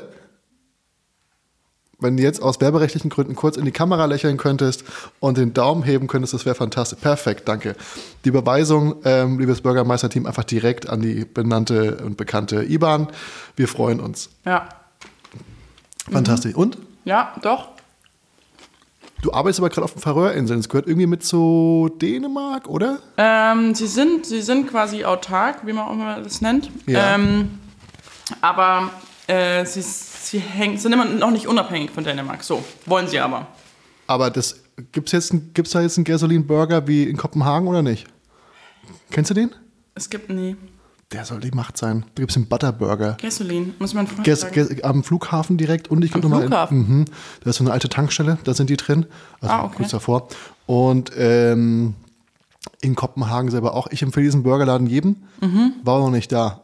Wenn du jetzt aus werberechtlichen Gründen kurz in die Kamera lächeln könntest und den Daumen heben könntest, das wäre fantastisch. Perfekt, danke. Die Überweisung, liebes Bürgermeisterteam, einfach direkt an die benannte und bekannte IBAN. Wir freuen uns. Ja. Fantastisch. Und? Ja, doch. Du arbeitest aber gerade auf den Färöerinseln. Das gehört irgendwie mit zu Dänemark, oder? Sie sind quasi autark, wie man auch immer das nennt. Ja. Aber sie sind immer noch nicht unabhängig von Dänemark. So, wollen sie aber. Aber gibt's da jetzt einen Gasoline-Burger wie in Kopenhagen oder nicht? Kennst du den? Es gibt nie. Der soll die Macht sein. Da gibt es einen Butterburger. Gasoline, muss man fragen. Am Flughafen direkt. Und ich Am Flughafen? Da ist so eine alte Tankstelle, da sind die drin. Also okay. Kurz davor. Und in Kopenhagen selber auch. Ich empfehle diesen Burgerladen jedem. War noch nicht da.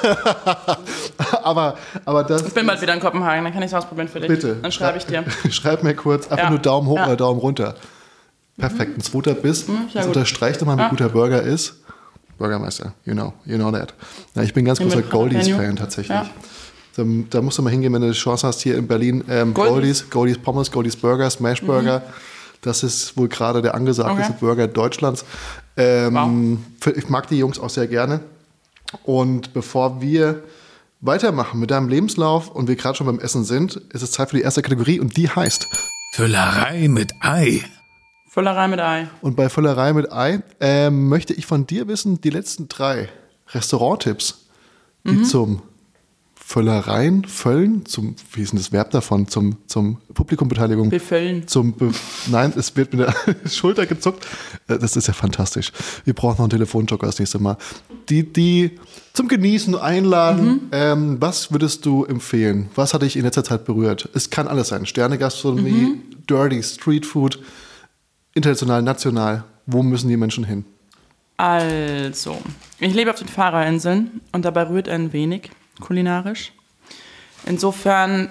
aber das... Ich bin bald wieder in Kopenhagen, dann kann ich es ausprobieren für dich. Bitte. Dann schreibe ich dir. Schreib mir kurz, einfach nur Daumen hoch oder Daumen runter. Perfekt, ein 2. Biss. Das unterstreicht immer, wie guter Burger ist. Bürgermeister, you know that. Ja, ich bin ganz großer Goldies-Fan tatsächlich. Ja. Da musst du mal hingehen, wenn du die Chance hast, hier in Berlin. Goldies Pommes, Goldies Burger, Smash Burger. Das ist wohl gerade der angesagteste Burger Deutschlands. Ich mag die Jungs auch sehr gerne. Und bevor wir weitermachen mit deinem Lebenslauf und wir gerade schon beim Essen sind, ist es Zeit für die erste Kategorie und die heißt Füllerei mit Ei. Füllerei mit Ei. Und bei Füllerei mit Ei möchte ich von dir wissen, die letzten 3 Restauranttipps, die zum Füllen, wie ist denn das Verb davon, zum Publikumbeteiligung? Befüllen. Nein, es wird mit der Schulter gezuckt. Das ist ja fantastisch. Wir brauchen noch einen Telefonjoker das nächste Mal. Die zum Genießen einladen. Was würdest du empfehlen? Was hat dich in letzter Zeit berührt? Es kann alles sein. Sternegastronomie, Dirty Streetfood, international, national. Wo müssen die Menschen hin? Also, ich lebe auf den Fahrerinseln und dabei rührt ein wenig kulinarisch. Insofern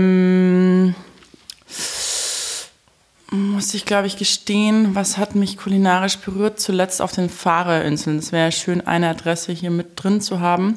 muss ich, glaube ich, gestehen, was hat mich kulinarisch berührt? Zuletzt auf den Fahrerinseln. Es wäre schön, eine Adresse hier mit drin zu haben.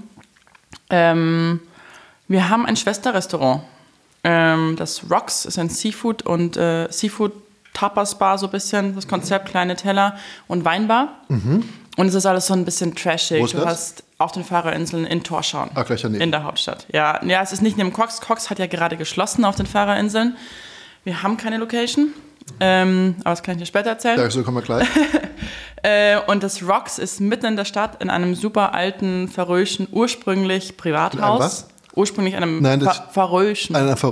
Wir haben ein Schwesterrestaurant. Das Rocks ist ein Seafood- und Seafood-Tapas-Bar, so ein bisschen. Das Konzept, kleine Teller und Weinbar. Und es ist alles so ein bisschen trashig. Wo ist du das? hast auf den Färöerinseln in Tórshavn. Gleich daneben. In der Hauptstadt. Ja, es ist nicht neben Cox. Cox hat ja gerade geschlossen auf den Färöerinseln. Wir haben keine Location. Aber das kann ich dir später erzählen. Dazu kommen wir gleich. Und das Rocks ist mitten in der Stadt in einem super alten, färöischen, ursprünglich Privathaus. Was? Ursprünglich einem färöischen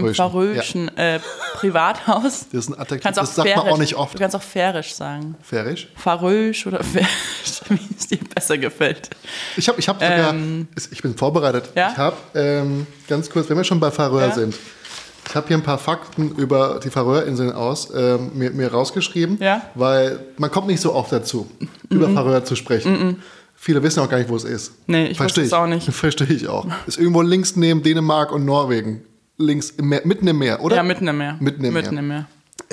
Privathaus. Das ist ein Adjektiv, Kannst auch das sagt man auch nicht oft. Du kannst auch färisch sagen. Färisch? Färöisch oder färisch, wie es dir besser gefällt. Ich bin vorbereitet. Ja? Ich habe, ganz kurz, wenn wir schon bei Färöer sind, ich habe hier ein paar Fakten über die Färöerinseln mir rausgeschrieben, weil man kommt nicht so oft dazu, über Färöer zu sprechen. Viele wissen auch gar nicht, wo es ist. Nee, ich wusste es auch nicht. Verstehe ich auch. Ist irgendwo links neben Dänemark und Norwegen. Links im Meer, mitten im Meer, oder? Ja, mitten im Meer. Mitten im Meer.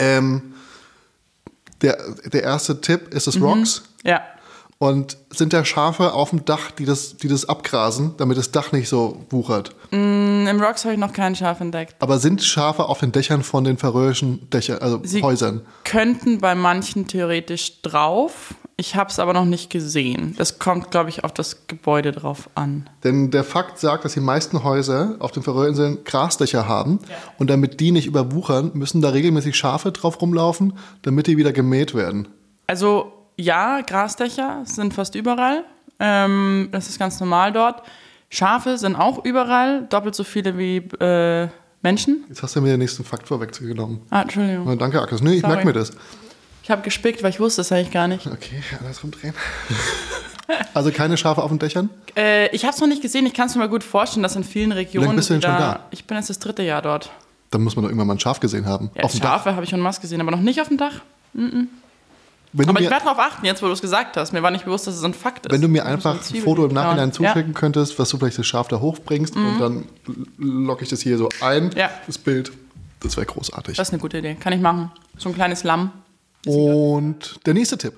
Der erste Tipp ist das Rocks. Ja. Und sind da Schafe auf dem Dach, die das abgrasen, damit das Dach nicht so wuchert? Im Rocks habe ich noch keinen Schaf entdeckt. Aber sind Schafe auf den Dächern von den färöischen Dächern, also Sie Häusern? Könnten bei manchen theoretisch drauf. Ich habe es aber noch nicht gesehen. Das kommt, glaube ich, auf das Gebäude drauf an. Denn der Fakt sagt, dass die meisten Häuser auf den Färöerinseln Grasdächer haben. Ja. Und damit die nicht überwuchern, müssen da regelmäßig Schafe drauf rumlaufen, damit die wieder gemäht werden. Also ja, Grasdächer sind fast überall. Das ist ganz normal dort. Schafe sind auch überall, doppelt so viele wie Menschen. Jetzt hast du mir den nächsten Fakt vorweggenommen. Entschuldigung. Danke, Agnes. Nee, ich merke mir das. Ich habe gespickt, weil ich wusste es eigentlich gar nicht. Okay, andersrum drehen. Also keine Schafe auf den Dächern? Ich habe es noch nicht gesehen. Ich kann es mir mal gut vorstellen, dass in vielen Regionen... Wie lange bist du denn schon da? Ich bin jetzt das 3. Jahr dort. Dann muss man doch irgendwann mal ein Schaf gesehen haben. Ja, Schafe habe ich schon was gesehen, aber noch nicht auf dem Dach. Aber ich werde darauf achten, jetzt wo du es gesagt hast. Mir war nicht bewusst, dass es so ein Fakt ist. Wenn du mir einfach ein Foto im Nachhinein zuschicken könntest, was du vielleicht das Schaf da hochbringst und dann logge ich das hier so ein, das Bild, das wäre großartig. Das ist eine gute Idee. Kann ich machen. So ein kleines Lamm. Und der nächste Tipp?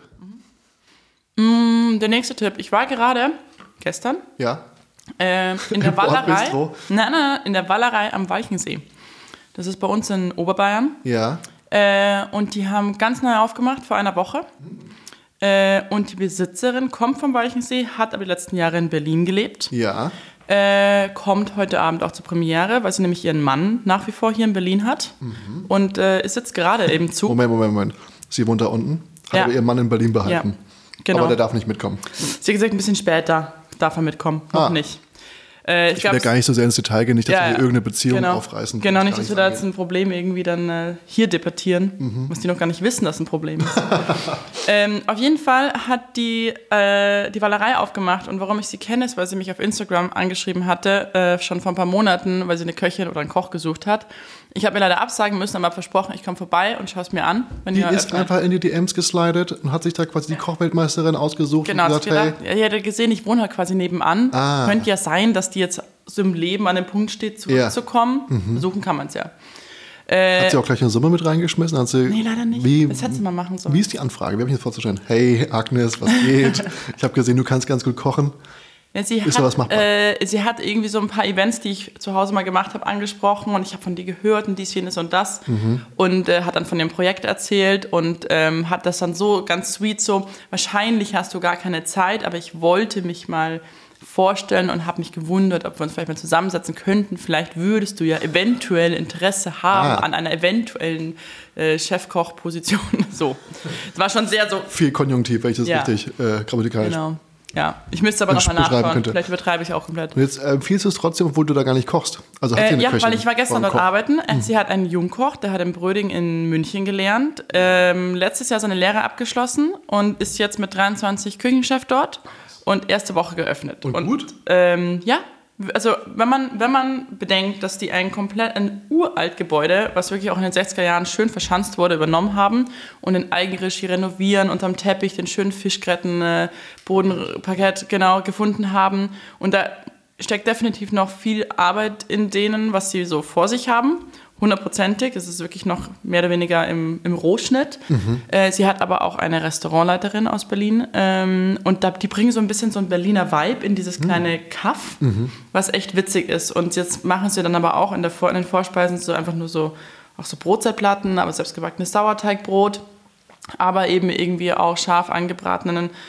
Der nächste Tipp. Ich war gerade gestern in der Wallerei. Nein, in der Wallerei am Walchensee. Das ist bei uns in Oberbayern. Ja. Und die haben ganz neu aufgemacht vor einer Woche. Und die Besitzerin kommt vom Walchensee, hat aber die letzten Jahre in Berlin gelebt. Ja. Kommt heute Abend auch zur Premiere, weil sie nämlich ihren Mann nach wie vor hier in Berlin hat. Und ist jetzt gerade eben zu. Moment. Sie wohnt da unten, hat aber ihren Mann in Berlin behalten. Ja, genau. Aber der darf nicht mitkommen. Sie hat gesagt, ein bisschen später darf er mitkommen. Noch nicht. Ich will ja gar nicht so sehr ins Detail gehen, nicht, dass wir hier irgendeine Beziehung aufreißen. Genau, nicht, dass wir da jetzt ein Problem irgendwie dann hier debattieren, was die noch gar nicht wissen, dass ein Problem ist. Auf jeden Fall hat die Wallerei aufgemacht und warum ich sie kenne, ist, weil sie mich auf Instagram angeschrieben hatte, schon vor ein paar Monaten, weil sie eine Köchin oder einen Koch gesucht hat. Ich habe mir leider absagen müssen, aber versprochen, ich komme vorbei und schaue es mir an. Wenn die ist einfach in die DMs geslidet und hat sich da quasi die Kochweltmeisterin ausgesucht. Genau, und gesagt, hey. Ich hätte gesehen, ich wohne halt quasi nebenan. Könnte ja sein, dass die jetzt so im Leben an dem Punkt steht, zurückzukommen. Versuchen kann man es ja. Hat sie auch gleich eine Summe mit reingeschmissen? Nee, leider nicht. Das hätte sie mal machen sollen. Wie ist die Anfrage? Wie habe ich das vorzustellen? Hey, Agnes, was geht? Ich habe gesehen, du kannst ganz gut kochen. Ja, sie hat irgendwie so ein paar Events, die ich zu Hause mal gemacht habe, angesprochen und ich habe von dir gehört und dies, jenes und das und hat dann von dem Projekt erzählt und hat das dann so ganz sweet so, wahrscheinlich hast du gar keine Zeit, aber ich wollte mich mal vorstellen und habe mich gewundert, ob wir uns vielleicht mal zusammensetzen könnten. Vielleicht würdest du ja eventuell Interesse haben an einer eventuellen Chefkoch-Position. So. Das war schon sehr so... Viel Konjunktiv, wenn ich das richtig grammatikalisch... Genau. Ja, ich müsste aber nochmal nachschauen. Könnte. Vielleicht übertreibe ich auch komplett. Und jetzt empfiehlst du es trotzdem, obwohl du da gar nicht kochst? Also hat sie eine Köchin, weil ich war gestern dort arbeiten. Sie hat einen Jungkoch, der hat in Bröding in München gelernt. Letztes Jahr seine Lehre abgeschlossen und ist jetzt mit 23 Küchenchef dort und erste Woche geöffnet. Und gut? Ja, also wenn man bedenkt, dass die ein uralt Gebäude, was wirklich auch in den 60er Jahren schön verschanzt wurde, übernommen haben und in Eigenregie renovieren, unterm Teppich den schönen Fischgräten, Bodenparkett gefunden haben. Und da steckt definitiv noch viel Arbeit in denen, was sie so vor sich haben. 100%ig, es ist wirklich noch mehr oder weniger im Rohschnitt. Sie hat aber auch eine Restaurantleiterin aus Berlin und die bringen so ein bisschen so einen Berliner Vibe in dieses kleine Kaff, was echt witzig ist. Und jetzt machen sie dann aber auch in den Vorspeisen so einfach nur so, auch so Brotzeitplatten, aber selbstgebackenes Sauerteigbrot, aber eben irgendwie auch scharf angebratenen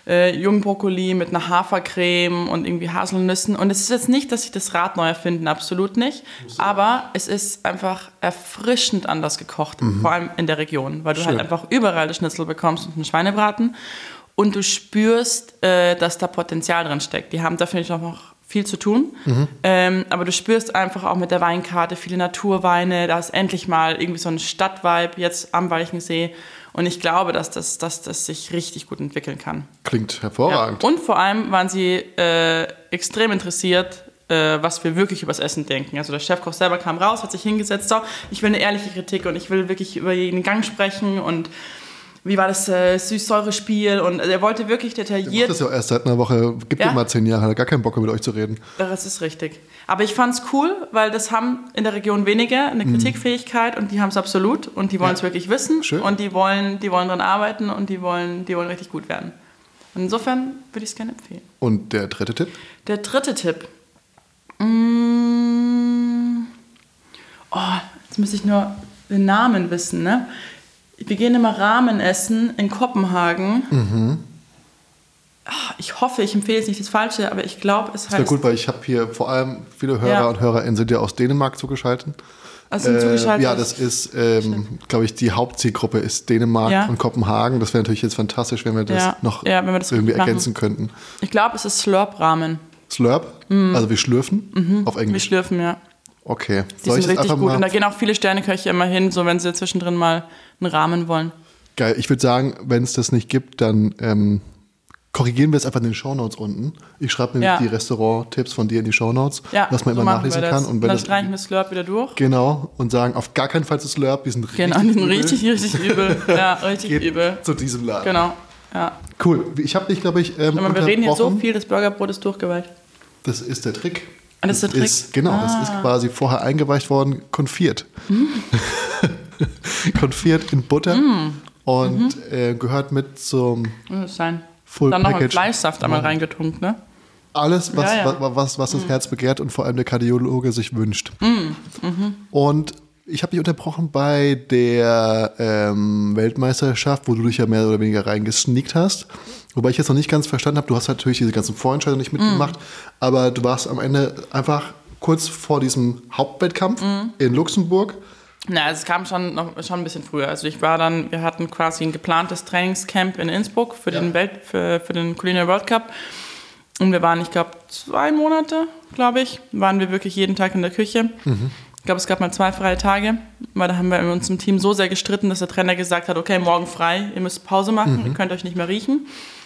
Jungbrokkoli mit einer Hafercreme und irgendwie Haselnüssen. Und es ist jetzt nicht, dass ich das Rad neu erfinden, absolut nicht. Aber es ist einfach erfrischend anders gekocht, vor allem in der Region, weil du halt einfach überall das Schnitzel bekommst und einen Schweinebraten. Und du spürst, dass da Potenzial drin steckt. Die haben da, finde ich, noch viel zu tun. Aber du spürst einfach auch mit der Weinkarte viele Naturweine. Da ist endlich mal irgendwie so ein Stadtvibe jetzt am Walchensee. Und ich glaube, dass das sich richtig gut entwickeln kann. Klingt hervorragend. Ja. Und vor allem waren sie extrem interessiert, was wir wirklich übers Essen denken. Also der Chefkoch selber kam raus, hat sich hingesetzt, so, ich will eine ehrliche Kritik und ich will wirklich über jeden Gang sprechen und wie war das Süß-Säure-Spiel und er wollte wirklich detailliert... Der macht das ja erst seit einer Woche, gibt ihm mal 10 Jahre, hat er gar keinen Bock, mit euch zu reden. Das ist richtig. Aber ich fand es cool, weil das haben in der Region wenige, eine Kritikfähigkeit und die haben es absolut und die wollen es wirklich wissen. Schön. Und die wollen dran arbeiten und die wollen richtig gut werden. Und insofern würde ich es gerne empfehlen. Und der dritte Tipp? Der dritte Tipp. Jetzt müsste ich nur den Namen wissen, ne? Wir gehen immer Ramen essen in Kopenhagen. Ich hoffe, ich empfehle jetzt nicht das Falsche, aber ich glaube, es heißt... Das wäre gut, weil ich habe hier vor allem viele Hörer und HörerInnen sind ja aus Dänemark zugeschaltet. Also zugeschaltet? Ja, das ist, glaube ich, die Hauptzielgruppe ist Dänemark und Kopenhagen. Das wäre natürlich jetzt fantastisch, wenn wir das noch wenn wir das irgendwie ergänzen könnten. Ich glaube, es ist Slurp-Ramen. Slurp? Also wir schlürfen auf Englisch? Wir schlürfen, ja. Okay. Die sind richtig gut und da gehen auch viele Sterneköche immer hin, so wenn sie zwischendrin mal einen Rahmen wollen. Geil. Ich würde sagen, wenn es das nicht gibt, dann korrigieren wir es einfach in den Shownotes unten. Ich schreibe nämlich die Restaurant-Tipps von dir in die Shownotes, dass man immer nachlesen kann. Und wenn dann streichen wir Slurp wieder durch. Genau. Und sagen, auf gar keinen Fall zu Slurp, die sind richtig übel. Ja, richtig übel. Zu diesem Laden. Genau. Ja. Cool. Ich habe dich, glaube ich, wir reden hier so viel, das Burgerbrot ist durchgeweicht. Das ist der Trick. Das ist der Trick? Das ist quasi vorher eingeweicht worden, konfiert. Konfiert in Butter und gehört mit zum Full Dann noch Package. ein Fleischsaft einmal reingetunkt, ne? Alles, was das Herz begehrt und vor allem der Kardiologe sich wünscht. Und ich habe dich unterbrochen bei der Weltmeisterschaft, wo du dich ja mehr oder weniger reingesneakt hast. Wobei ich jetzt noch nicht ganz verstanden habe, du hast natürlich diese ganzen Vorentscheidungen nicht mitgemacht, aber du warst am Ende einfach kurz vor diesem Hauptwettkampf in Luxemburg. Na, es kam schon ein bisschen früher. Also wir hatten quasi ein geplantes Trainingscamp in Innsbruck für den Culinary World Cup. Und wir waren, ich glaube, 2 Monate, waren wir wirklich jeden Tag in der Küche. Ich glaube, es gab mal 2 freie Tage, weil da haben wir in unserem Team so sehr gestritten, dass der Trainer gesagt hat, okay, morgen frei, ihr müsst Pause machen, ihr könnt euch nicht mehr riechen.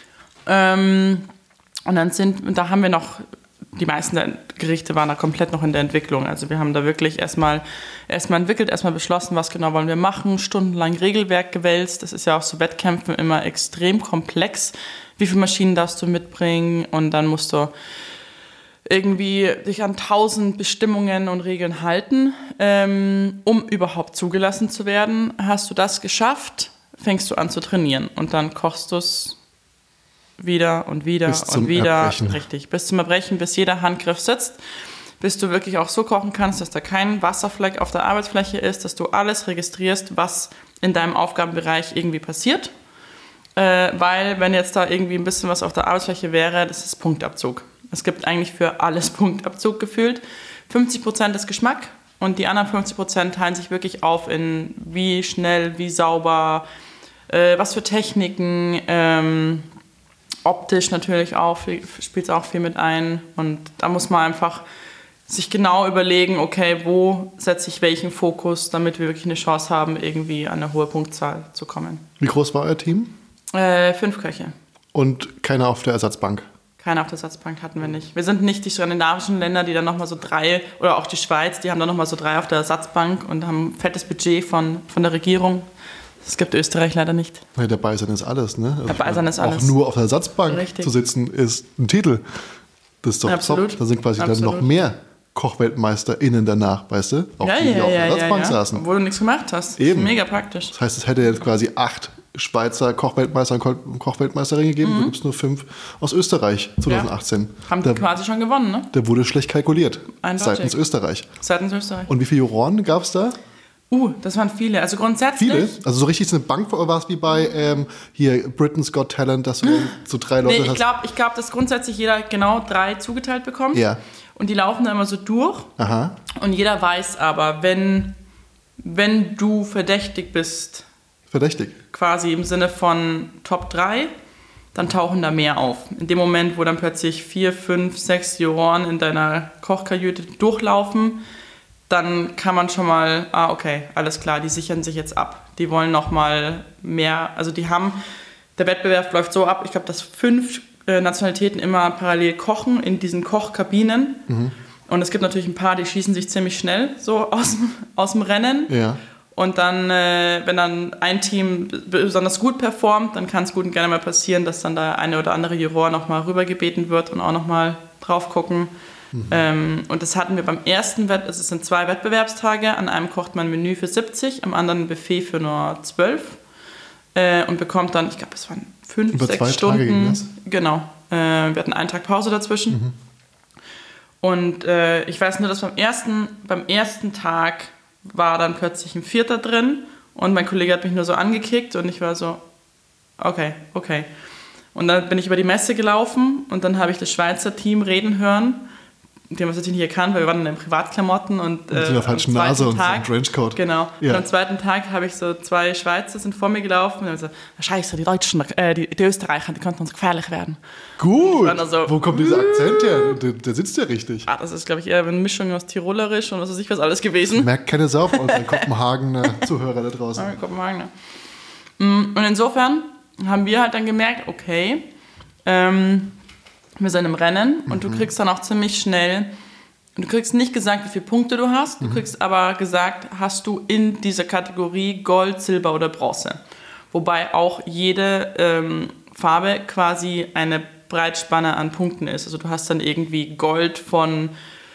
Und da haben wir noch, die meisten der Gerichte waren da komplett noch in der Entwicklung. Also wir haben da wirklich erstmal entwickelt, erstmal beschlossen, was genau wollen wir machen, stundenlang Regelwerk gewälzt. Das ist ja auch so Wettkämpfen immer extrem komplex. Wie viele Maschinen darfst du mitbringen? Und dann musst du irgendwie dich an 1000 Bestimmungen und Regeln halten, um überhaupt zugelassen zu werden. Hast du das geschafft, fängst du an zu trainieren und dann kochst du es wieder und wieder und wieder. Erbrechen. Richtig, bis zum Erbrechen, bis jeder Handgriff sitzt, bis du wirklich auch so kochen kannst, dass da kein Wasserfleck auf der Arbeitsfläche ist, dass du alles registrierst, was in deinem Aufgabenbereich irgendwie passiert. Weil wenn jetzt da irgendwie ein bisschen was auf der Arbeitsfläche wäre, das ist Punktabzug. Es gibt eigentlich für alles Punktabzug gefühlt. 50% ist Geschmack und die anderen 50% teilen sich wirklich auf in wie schnell, wie sauber, was für Techniken, optisch natürlich auch, spielt es auch viel mit ein. Und da muss man einfach sich genau überlegen, okay, wo setze ich welchen Fokus, damit wir wirklich eine Chance haben, irgendwie an eine hohe Punktzahl zu kommen. Wie groß war euer Team? 5 Köche. Und keiner auf der Ersatzbank? Keine auf der Ersatzbank hatten wir nicht. Wir sind nicht die skandinavischen Länder, die dann nochmal so 3, oder auch die Schweiz, die haben dann nochmal so 3 auf der Ersatzbank und haben ein fettes Budget von der Regierung. Das gibt Österreich leider nicht. Ja, dabei sein ist alles, ne? Also dabei sein ist alles. Auch nur auf der Ersatzbank Richtig. zu sitzen ist ein Titel. Das ist doch top. Da sind quasi dann noch mehr KochweltmeisterInnen danach, weißt du? Auch die auf der Ersatzbank saßen. Obwohl du nichts gemacht hast. Eben. Mega praktisch. Das heißt, es hätte jetzt quasi 8 Schweizer Kochweltmeister und Kochweltmeisterinnen gegeben. Da gibt es nur 5 aus Österreich 2018. Ja. Haben die quasi schon gewonnen, ne? Da wurde schlecht kalkuliert. Eindeutig. Seitens Österreich. Seitens Österreich. Und wie viele Juroren gab es da? Das waren viele. Also grundsätzlich... Viele? Also so richtig eine Bank, oder war es wie bei hier Britain's Got Talent, dass du so 3 Leute hast? Ich glaube, dass grundsätzlich jeder genau 3 zugeteilt bekommt. Ja. Und die laufen dann immer so durch. Aha. Und jeder weiß aber, wenn du verdächtig bist, quasi im Sinne von Top 3, dann tauchen da mehr auf. In dem Moment, wo dann plötzlich 4, 5, 6 Juroren in deiner Kochkajüte durchlaufen, dann kann man schon mal, okay, alles klar, die sichern sich jetzt ab. Die wollen noch mal mehr, also der Wettbewerb läuft so ab, ich glaube, dass 5 Nationalitäten immer parallel kochen in diesen Kochkabinen. Mhm. Und es gibt natürlich ein paar, die schießen sich ziemlich schnell so aus dem Rennen. Ja. Und dann, wenn dann ein Team besonders gut performt, dann kann es gut und gerne mal passieren, dass dann der eine oder andere Juror nochmal rübergebeten wird und auch nochmal drauf gucken. Mhm. Und das hatten wir beim ersten es sind 2 Wettbewerbstage. An einem kocht man ein Menü für 70, am anderen ein Buffet für nur 12. Und bekommt dann, ich glaube, es waren 5, 6 Stunden. Tage ging das? Genau. Wir hatten einen Tag Pause dazwischen. Mhm. Und ich weiß nur, dass beim ersten Tag war dann plötzlich ein 4. drin und mein Kollege hat mich nur so angekickt und ich war so, okay. Und dann bin ich über die Messe gelaufen und dann habe ich das Schweizer Team reden hören. Die haben uns natürlich nicht erkannt, weil wir waren in Privatklamotten und mit der falschen Nase und so einem Trenchcoat. Genau. Ja. Und am zweiten Tag habe ich so 2 Schweizer sind vor mir gelaufen und so, Scheiße, die Deutschen, die Österreicher, die könnten uns gefährlich werden. Gut. So, wo kommt dieser Akzent her? Der sitzt ja richtig. Das ist, glaube ich, eher eine Mischung aus Tirolerisch und was weiß ich was alles gewesen. Merkt keine Sau von unseren Kopenhagener Zuhörer da draußen. Kopenhagener. Und insofern haben wir halt dann gemerkt, okay, wir sind im Rennen und du kriegst dann auch ziemlich schnell, du kriegst nicht gesagt, wie viele Punkte du hast, du kriegst aber gesagt, hast du in dieser Kategorie Gold, Silber oder Bronze. Wobei auch jede Farbe quasi eine Breitspanne an Punkten ist. Also du hast dann irgendwie Gold von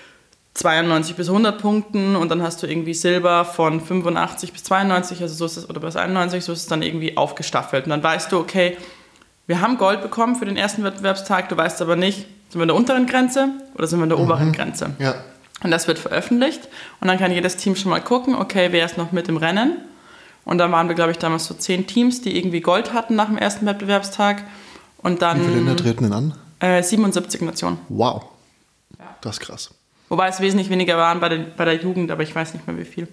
92 bis 100 Punkten und dann hast du irgendwie Silber von 85 bis 92, also so ist es, oder bis 91, so ist es dann irgendwie aufgestaffelt. Und dann weißt du, okay, wir haben Gold bekommen für den ersten Wettbewerbstag, du weißt aber nicht, sind wir in der unteren Grenze oder sind wir in der oberen Grenze. Ja. Und das wird veröffentlicht und dann kann jedes Team schon mal gucken, okay, wer ist noch mit im Rennen. Und dann waren wir, glaube ich, damals so 10 Teams, die irgendwie Gold hatten nach dem ersten Wettbewerbstag. Und dann, wie viele Länder treten denn an? 77 Nationen. Wow, das ist krass. Wobei es wesentlich weniger waren bei der Jugend, aber ich weiß nicht mehr wie viel.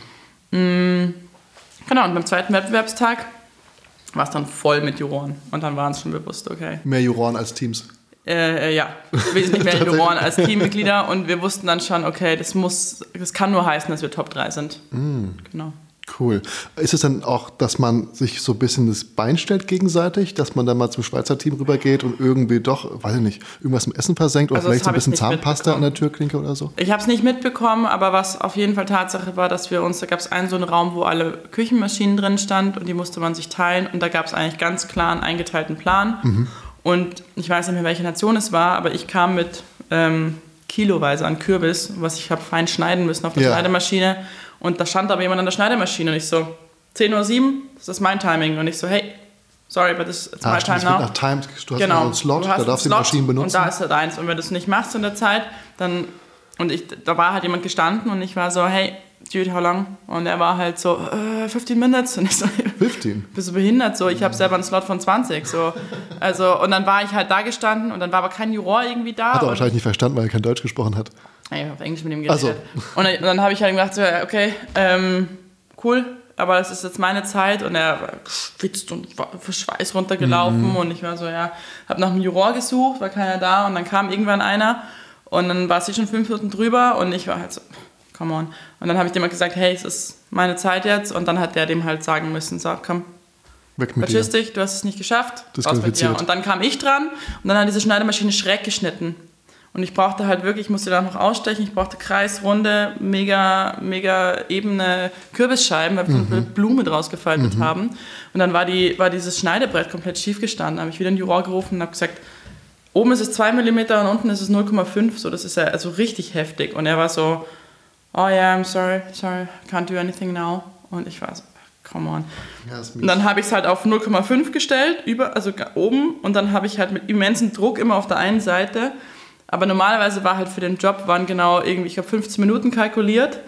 Genau, und beim zweiten Wettbewerbstag war es dann voll mit Juroren. Und dann waren es schon bewusst, okay. Mehr Juroren als Teams? Ja, wesentlich mehr Juroren als Teammitglieder. Und wir wussten dann schon, okay, das kann nur heißen, dass wir Top 3 sind. Genau. Cool. Ist es dann auch, dass man sich so ein bisschen das Bein stellt gegenseitig, dass man dann mal zum Schweizer Team rübergeht und irgendwie doch, weiß ich nicht, irgendwas im Essen versenkt oder vielleicht so ein bisschen Zahnpasta an der Türklinke oder so? Ich habe es nicht mitbekommen, aber was auf jeden Fall Tatsache war, dass da gab es einen so einen Raum, wo alle Küchenmaschinen drin stand und die musste man sich teilen und da gab es eigentlich ganz klar einen eingeteilten Plan. Und ich weiß nicht mehr, welche Nation es war, aber ich kam mit kiloweise an Kürbis, was ich habe fein schneiden müssen auf der Schneidemaschine. Und da stand aber jemand an der Schneidemaschine und ich so, 10:07 Uhr, das ist mein Timing. Und ich so, hey, sorry, but it's my time now. Nach Timed, du hast genau, einen Slot, da darfst du die Maschinen benutzen. Und da ist halt eins. Und wenn du es nicht machst in der Zeit, dann, da war halt jemand gestanden und ich war so, hey, dude, how long? Und er war halt so, 15 minutes. Und ich so, 15? Bist du behindert? So, ich habe selber einen Slot von 20. So. Also, und dann war ich halt da gestanden und dann war aber kein Juror irgendwie da. Hat er wahrscheinlich nicht verstanden, weil er kein Deutsch gesprochen hat. Ich habe auf Englisch mit ihm geredet. Also. Und dann habe ich halt gedacht, so, okay, cool, aber das ist jetzt meine Zeit. Und er schwitzt und war für Schweiß runtergelaufen. Und ich war so, ja, habe nach einem Juror gesucht, war keiner da. Und dann kam irgendwann einer und dann war es schon 5 Minuten drüber und ich war halt so, come on. Und dann habe ich dem halt gesagt, hey, es ist meine Zeit jetzt. Und dann hat der dem halt sagen müssen, so, komm, vergiss dich, du hast es nicht geschafft. Disqualifiziert. Und dann kam ich dran und dann hat diese Schneidemaschine schräg geschnitten. Und ich brauchte halt wirklich, ich musste da noch ausstechen, ich brauchte kreisrunde, mega ebene Kürbisscheiben, weil wir so eine Blume draus gefaltet haben. Und dann war dieses Schneidebrett komplett schief gestanden. Da habe ich wieder einen Juror gerufen und habe gesagt, oben ist es 2 mm und unten ist es 0,5. So, das ist ja also richtig heftig. Und er war so, oh yeah, I'm sorry, can't do anything now. Und ich war so, come on. Ja, und dann habe ich es halt auf 0,5 gestellt, also oben. Und dann habe ich halt mit immensem Druck immer auf der einen Seite. Aber normalerweise war halt für den Job, waren genau irgendwie, ich habe 15 Minuten kalkuliert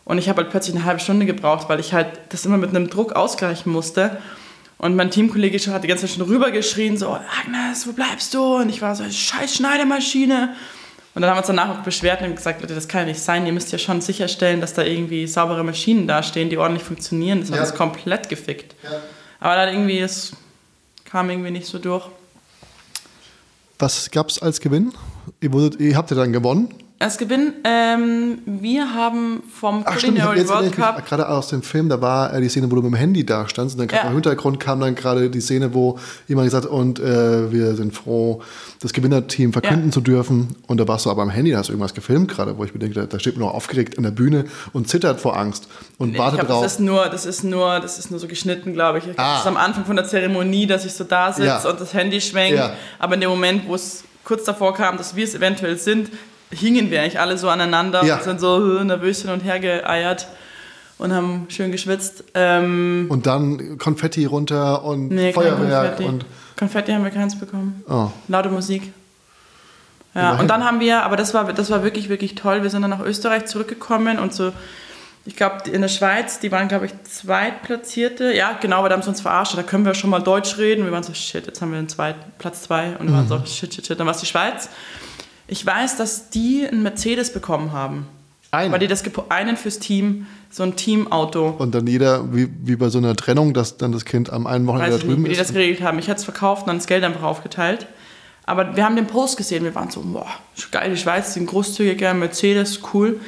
Und ich habe halt plötzlich eine halbe Stunde gebraucht, weil ich halt das immer mit einem Druck ausgleichen musste. Und mein Teamkollege hat die ganze Zeit schon rübergeschrien, so, Agnes, wo bleibst du? Und ich war so, scheiß Schneidemaschine. Und dann haben wir uns danach auch beschwert und gesagt, Leute, das kann ja nicht sein. Ihr müsst ja schon sicherstellen, dass da irgendwie saubere Maschinen dastehen, die ordentlich funktionieren. Das hat uns komplett gefickt. Ja. Aber dann irgendwie, das kam irgendwie nicht so durch. Was gab es als Gewinn? Ihr habt ja dann gewonnen. Als Gewinn, wir haben vom Culinary World Cup... Gerade aus dem Film, da war die Szene, wo du mit dem Handy da standst und dann kam im Hintergrund kam dann gerade die Szene, wo jemand gesagt hat, und wir sind froh, das Gewinnerteam verkünden zu dürfen. Und da warst du aber am Handy, da hast du irgendwas gefilmt gerade, wo ich mir denke, da steht man noch aufgeregt an der Bühne und zittert vor Angst und wartet drauf. Das ist nur so geschnitten, glaube ich. Das ist am Anfang von der Zeremonie, dass ich so da sitze und das Handy schwenkt. Ja. Aber in dem Moment, wo es kurz davor kam, dass wir es eventuell sind, hingen wir eigentlich alle so aneinander und sind so nervös hin und her geeiert und haben schön geschwitzt. Und dann Konfetti runter und Feuerwerk. Konfetti haben wir keins bekommen. Oh. Laute Musik. Ja, und dann haben wir, aber das war wirklich, wirklich toll, wir sind dann nach Österreich zurückgekommen und so, ich glaube, in der Schweiz, die waren, glaube ich, Zweitplatzierte. Ja, genau, weil da haben sie uns verarscht. Da können wir schon mal Deutsch reden. Und wir waren so, shit, jetzt haben wir den Platz 2. Und wir waren so, shit. Dann war es die Schweiz. Ich weiß, dass die einen Mercedes bekommen haben. Weil die einen fürs Team, so ein Teamauto. Und dann jeder, wie bei so einer Trennung, dass dann das Kind am einen Wochenende da drüben ist. Wie die das geregelt haben. Ich hätte es verkauft und dann das Geld einfach aufgeteilt. Aber wir haben den Post gesehen. Wir waren so, boah, geil, die Schweiz, die sind großzügiger, Mercedes, cool.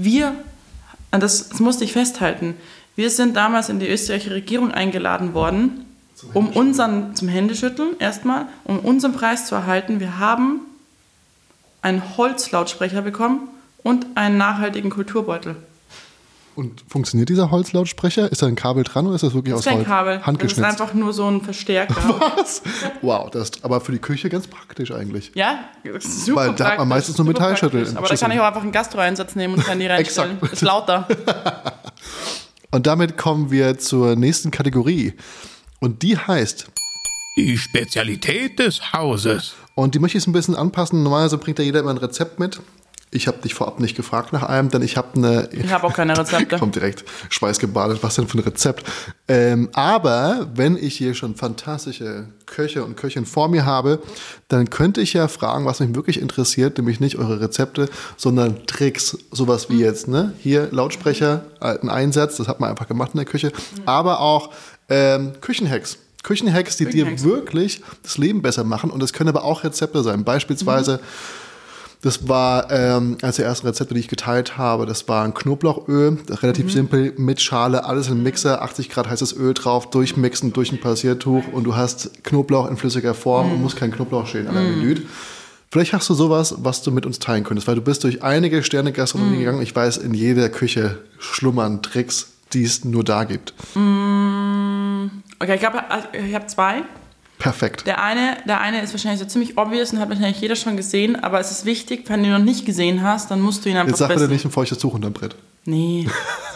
Das musste ich festhalten. Wir sind damals in die österreichische Regierung eingeladen worden, zum Händeschütteln erstmal, um unseren Preis zu erhalten. Wir haben einen Holzlautsprecher bekommen und einen nachhaltigen Kulturbeutel. Und funktioniert dieser Holzlautsprecher? Ist da ein Kabel dran oder ist das wirklich aus Holz? Das ist kein Kabel, handgeschnitzt? Das ist einfach nur so ein Verstärker. Was? Wow, das ist aber für die Küche ganz praktisch eigentlich. Ja, das ist super praktisch. Weil da hat man meistens nur Metallschüttel. Aber da kann ich auch einfach einen Gastro-Einsatz nehmen und das Handy reinstellen. Ist lauter. Und damit kommen wir zur nächsten Kategorie. Und die heißt... Die Spezialität des Hauses. Und die möchte ich ein bisschen anpassen. Normalerweise bringt ja jeder immer ein Rezept mit. Ich habe dich vorab nicht gefragt nach einem, denn ich habe auch keine Rezepte. Kommt direkt schweißgebadet, was denn für ein Rezept. Aber wenn ich hier schon fantastische Köche und Köchinnen vor mir habe, dann könnte ich ja fragen, was mich wirklich interessiert, nämlich nicht eure Rezepte, sondern Tricks, sowas wie jetzt, ne? Hier Lautsprecher, alten Einsatz, das hat man einfach gemacht in der Küche, aber auch Küchenhacks. Küchenhacks, die dir wirklich das Leben besser machen, und das können aber auch Rezepte sein. Beispielsweise, das war eines der ersten Rezepte, die ich geteilt habe, das war ein Knoblauchöl, relativ simpel, mit Schale, alles in den Mixer, 80 Grad heißes Öl drauf, durchmixen, durch ein Passiertuch, und du hast Knoblauch in flüssiger Form und musst keinen Knoblauch schälen an einem Menü. Vielleicht hast du sowas, was du mit uns teilen könntest, weil du bist durch einige Sterne-Gastronomie gegangen. Ich weiß, in jeder Küche schlummern Tricks, die es nur da gibt. Okay, ich habe zwei. Perfekt. Der eine ist wahrscheinlich so ziemlich obvious und hat wahrscheinlich jeder schon gesehen, aber es ist wichtig, wenn du ihn noch nicht gesehen hast, dann musst du ihn einfach Jetzt sag bitte nicht ein feuchtes Tuch unterm Brett. Nee.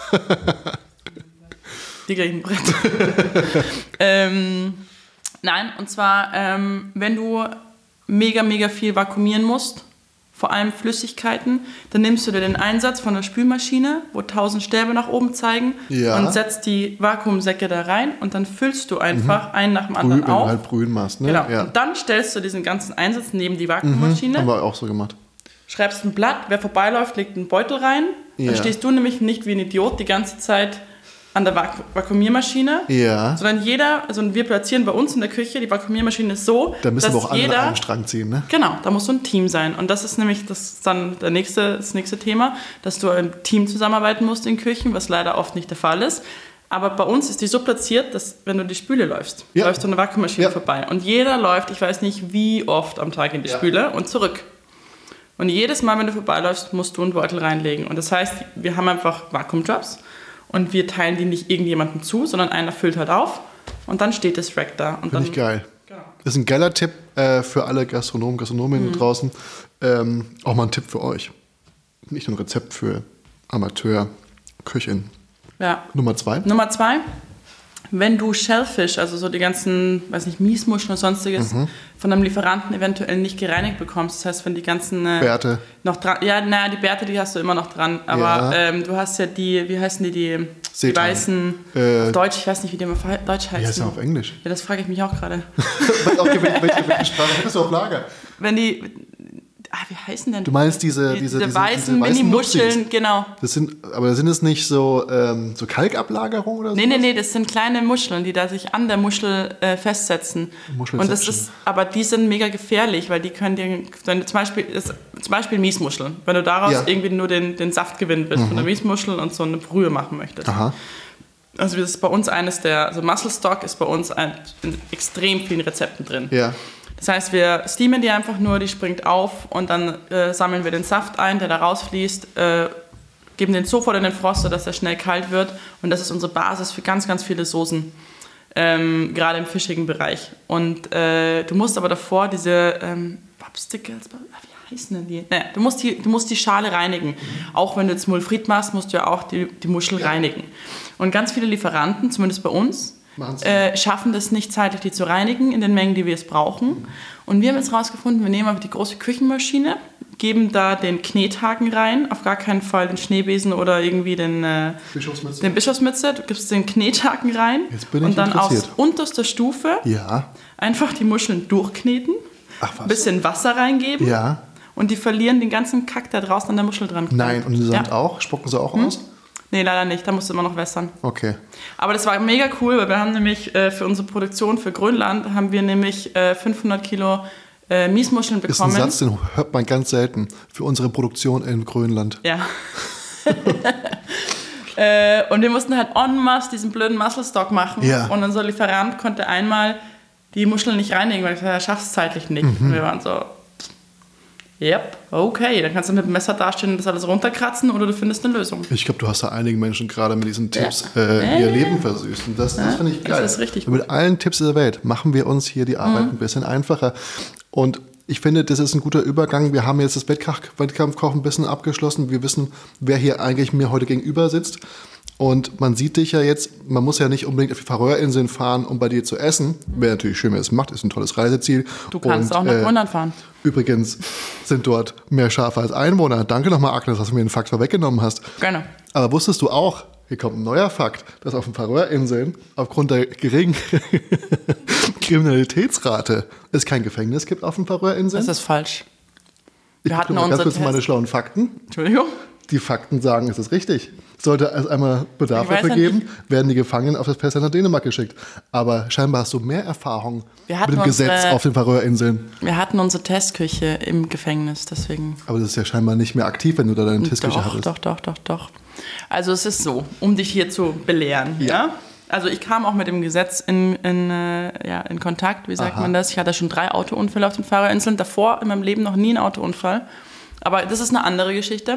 Die gleichen Brett. Nein, und zwar, wenn du mega, mega viel vakuumieren musst, vor allem Flüssigkeiten, dann nimmst du dir den Einsatz von der Spülmaschine, wo 1000 Stäbe nach oben zeigen, und setzt die Vakuumsäcke da rein und dann füllst du einfach einen nach dem anderen auf. Halt Brühen machst, ne? Genau. Ja. Und dann stellst du diesen ganzen Einsatz neben die Vakuummaschine. Haben wir auch so gemacht. Schreibst ein Blatt, wer vorbeiläuft, legt einen Beutel rein. Dann stehst du nämlich nicht wie ein Idiot die ganze Zeit an der Vakuumiermaschine, sondern wir platzieren bei uns in der Küche die Vakuumiermaschine so, da müssen dass wir auch alle jeder an einen Strang ziehen, ne? Genau, da muss so ein Team sein. Und das ist nämlich das nächste Thema, dass du im Team zusammenarbeiten musst in Küchen, was leider oft nicht der Fall ist. Aber bei uns ist die so platziert, dass wenn du die Spüle läufst, läufst du an der Vakuummaschine vorbei. Und jeder läuft, ich weiß nicht wie oft am Tag in die Spüle und zurück. Und jedes Mal, wenn du vorbeiläufst, musst du einen Beutel reinlegen. Und das heißt, wir haben einfach Vakuumjobs. Und wir teilen die nicht irgendjemandem zu, sondern einer füllt halt auf und dann steht das Rack da. Finde ich geil. Genau. Das ist ein geiler Tipp für alle Gastronominnen draußen. Auch mal ein Tipp für euch. Nicht nur ein Rezept für Amateur-Köchinnen. Ja. Nummer 2. wenn du Shellfish, also so die ganzen, weiß nicht, Miesmuscheln und sonstiges, von einem Lieferanten eventuell nicht gereinigt bekommst, das heißt, wenn die ganzen Bärte noch dran, die Bärte, die hast du immer noch dran, aber du hast ja die, wie heißen die weißen, auf Deutsch, ich weiß nicht, wie die immer Deutsch heißen. Wie heißt das auf Englisch? Ja, das frage ich mich auch gerade. welche Sprache hättest du auf Lager? Wenn die, wie heißen denn? Du meinst diese weißen Mini-Muscheln, genau. Aber sind es nicht so Kalkablagerungen oder so? Nee, das sind kleine Muscheln, die da sich an der Muschel festsetzen. Und das ist, aber die sind mega gefährlich, weil die können dir, wenn du zum Beispiel Miesmuscheln, wenn du daraus irgendwie nur den Saft gewinnen willst von der Miesmuschel und so eine Brühe machen möchtest. Aha. Also das ist bei uns Muscle Stock ist bei uns in extrem vielen Rezepten drin. Ja. Das heißt, wir steamen die einfach nur, die springt auf und dann sammeln wir den Saft ein, der da rausfließt, geben den sofort in den Frost, sodass er schnell kalt wird. Und das ist unsere Basis für ganz, ganz viele Soßen, gerade im fischigen Bereich. Und du musst aber davor diese Popsticles, wie heißen denn die? Naja, du musst die Schale reinigen. Auch wenn du jetzt Mulfrit machst, musst du ja auch die Muschel reinigen. Und ganz viele Lieferanten, zumindest bei uns, schaffen das nicht zeitlich, die zu reinigen in den Mengen, die wir es brauchen. Und wir haben jetzt rausgefunden, wir nehmen aber die große Küchenmaschine, geben da den Knethaken rein, auf gar keinen Fall den Schneebesen oder irgendwie den Bischofsmütze. Du gibst den Knethaken rein und dann aus unterster Stufe einfach die Muscheln durchkneten, ein bisschen Wasser reingeben und die verlieren den ganzen Kack, der draußen an der Muschel dran kommt. Nein, und Sand auch? Spucken sie auch aus? Nee, leider nicht. Da musst du immer noch wässern. Okay. Aber das war mega cool, weil wir haben nämlich für unsere Produktion für Grönland haben wir nämlich 500 Kilo Miesmuscheln bekommen. Das ist ein Satz, den hört man ganz selten. Für unsere Produktion in Grönland. Ja. Und wir mussten halt en masse diesen blöden Muscle Stock machen. Ja. Und unser Lieferant konnte einmal die Muscheln nicht reinigen, weil er schafft es zeitlich nicht. Und wir waren so... Yep, okay, dann kannst du mit dem Messer dastehen und das alles runterkratzen oder du findest eine Lösung. Ich glaube, du hast da einigen Menschen gerade mit diesen Tipps ihr Leben versüßt. Und das finde ich geil. Das ist richtig gut. Mit allen Tipps der Welt machen wir uns hier die Arbeit ein bisschen einfacher. Und ich finde, das ist ein guter Übergang. Wir haben jetzt das Wettkampfkochen ein bisschen abgeschlossen. Wir wissen, wer hier eigentlich mir heute gegenüber sitzt. Und man sieht dich ja jetzt, man muss ja nicht unbedingt auf die Färöerinseln fahren, um bei dir zu essen. Wäre natürlich schön, wenn es macht, ist ein tolles Reiseziel. Du kannst auch nach Grönland fahren. Übrigens sind dort mehr Schafe als Einwohner. Danke nochmal, Agnes, dass du mir den Fakt vorweggenommen hast. Gerne. Aber wusstest du auch, hier kommt ein neuer Fakt, dass auf den Färöerinseln aufgrund der geringen Kriminalitätsrate es kein Gefängnis gibt auf den Färöerinseln? Das ist falsch. Wir hatten ganz kurz meine schlauen Fakten. Entschuldigung? Die Fakten sagen, es ist richtig. Sollte es einmal Bedarf dafür geben, werden die Gefangenen auf das Festland nach Dänemark geschickt. Aber scheinbar hast du mehr Erfahrung mit dem Gesetz auf den Färöerinseln. Wir hatten unsere Testküche im Gefängnis, deswegen. Aber das ist ja scheinbar nicht mehr aktiv, wenn du da deine Testküche hattest. Doch. Also es ist so, um dich hier zu belehren. Ja? Also ich kam auch mit dem Gesetz in Kontakt, wie sagt man das? Ich hatte schon 3 Autounfälle auf den Färöerinseln. Davor in meinem Leben noch nie einen Autounfall. Aber das ist eine andere Geschichte.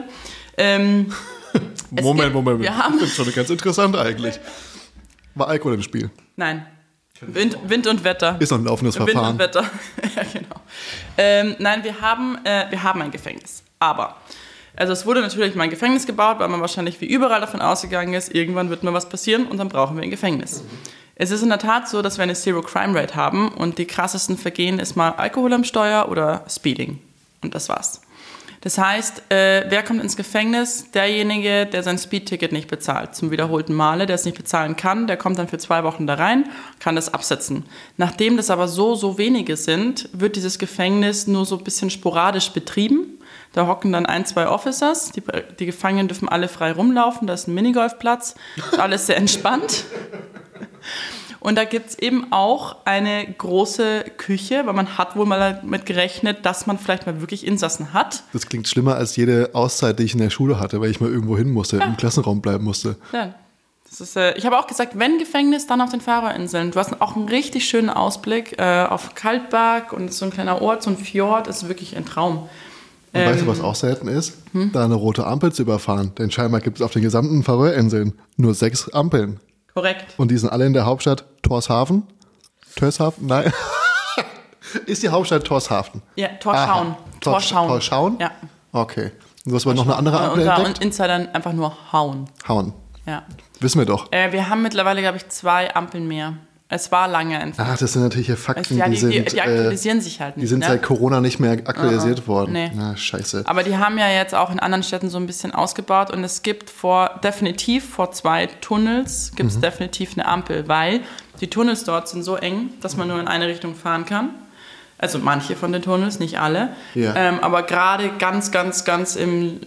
Moment. Das ist schon ganz interessant eigentlich. War Alkohol im Spiel? Nein. Wind und Wetter. Ist noch ein laufendes Verfahren. Wind und Wetter. Ja, genau. Nein, wir haben ein Gefängnis. Aber, also es wurde natürlich mal ein Gefängnis gebaut, weil man wahrscheinlich wie überall davon ausgegangen ist, irgendwann wird mal was passieren und dann brauchen wir ein Gefängnis. Es ist in der Tat so, dass wir eine Zero-Crime-Rate haben und die krassesten Vergehen ist mal Alkohol am Steuer oder Speeding. Und das war's. Das heißt, wer kommt ins Gefängnis? Derjenige, der sein Speedticket nicht bezahlt, zum wiederholten Male, der es nicht bezahlen kann, der kommt dann für 2 Wochen da rein, kann das absetzen. Nachdem das aber so wenige sind, wird dieses Gefängnis nur so ein bisschen sporadisch betrieben. Da hocken dann 1, 2 Officers, die Gefangenen dürfen alle frei rumlaufen, da ist ein Minigolfplatz, ist alles sehr entspannt. Und da gibt es eben auch eine große Küche, weil man hat wohl mal damit gerechnet, dass man vielleicht mal wirklich Insassen hat. Das klingt schlimmer als jede Auszeit, die ich in der Schule hatte, weil ich mal irgendwo hin musste, im Klassenraum bleiben musste. Ja. Das ist, ich habe auch gesagt, wenn Gefängnis, dann auf den Färöerinseln. Du hast auch einen richtig schönen Ausblick auf Kaltberg und so ein kleiner Ort, so ein Fjord, ist wirklich ein Traum. Und weißt du, was auch selten ist? Da eine rote Ampel zu überfahren. Denn scheinbar gibt es auf den gesamten Färöerinseln nur 6 Ampeln. Korrekt. Und die sind alle in der Hauptstadt Tórshavn? Tórshavn? Nein. Ist die Hauptstadt Tórshavn? Ja, Tórshavn. Tórshavn? Ja. Okay. Und du hast aber noch eine andere Ampel entdeckt? Und Insidern einfach nur Hauen. Hauen. Ja. Wissen wir doch. Wir haben mittlerweile, glaube ich, 2 Ampeln mehr. Es war lange entfernt. Ach, das sind natürlich hier Fakten, Ja, die die aktualisieren sich halt nicht. Die sind ne? seit Corona nicht mehr aktualisiert worden. Nee. Na, scheiße. Aber die haben ja jetzt auch in anderen Städten so ein bisschen ausgebaut und es gibt definitiv vor 2 Tunnels gibt es definitiv eine Ampel, weil die Tunnels dort sind so eng, dass man nur in eine Richtung fahren kann. Also manche von den Tunnels, nicht alle. Ja. Aber gerade ganz im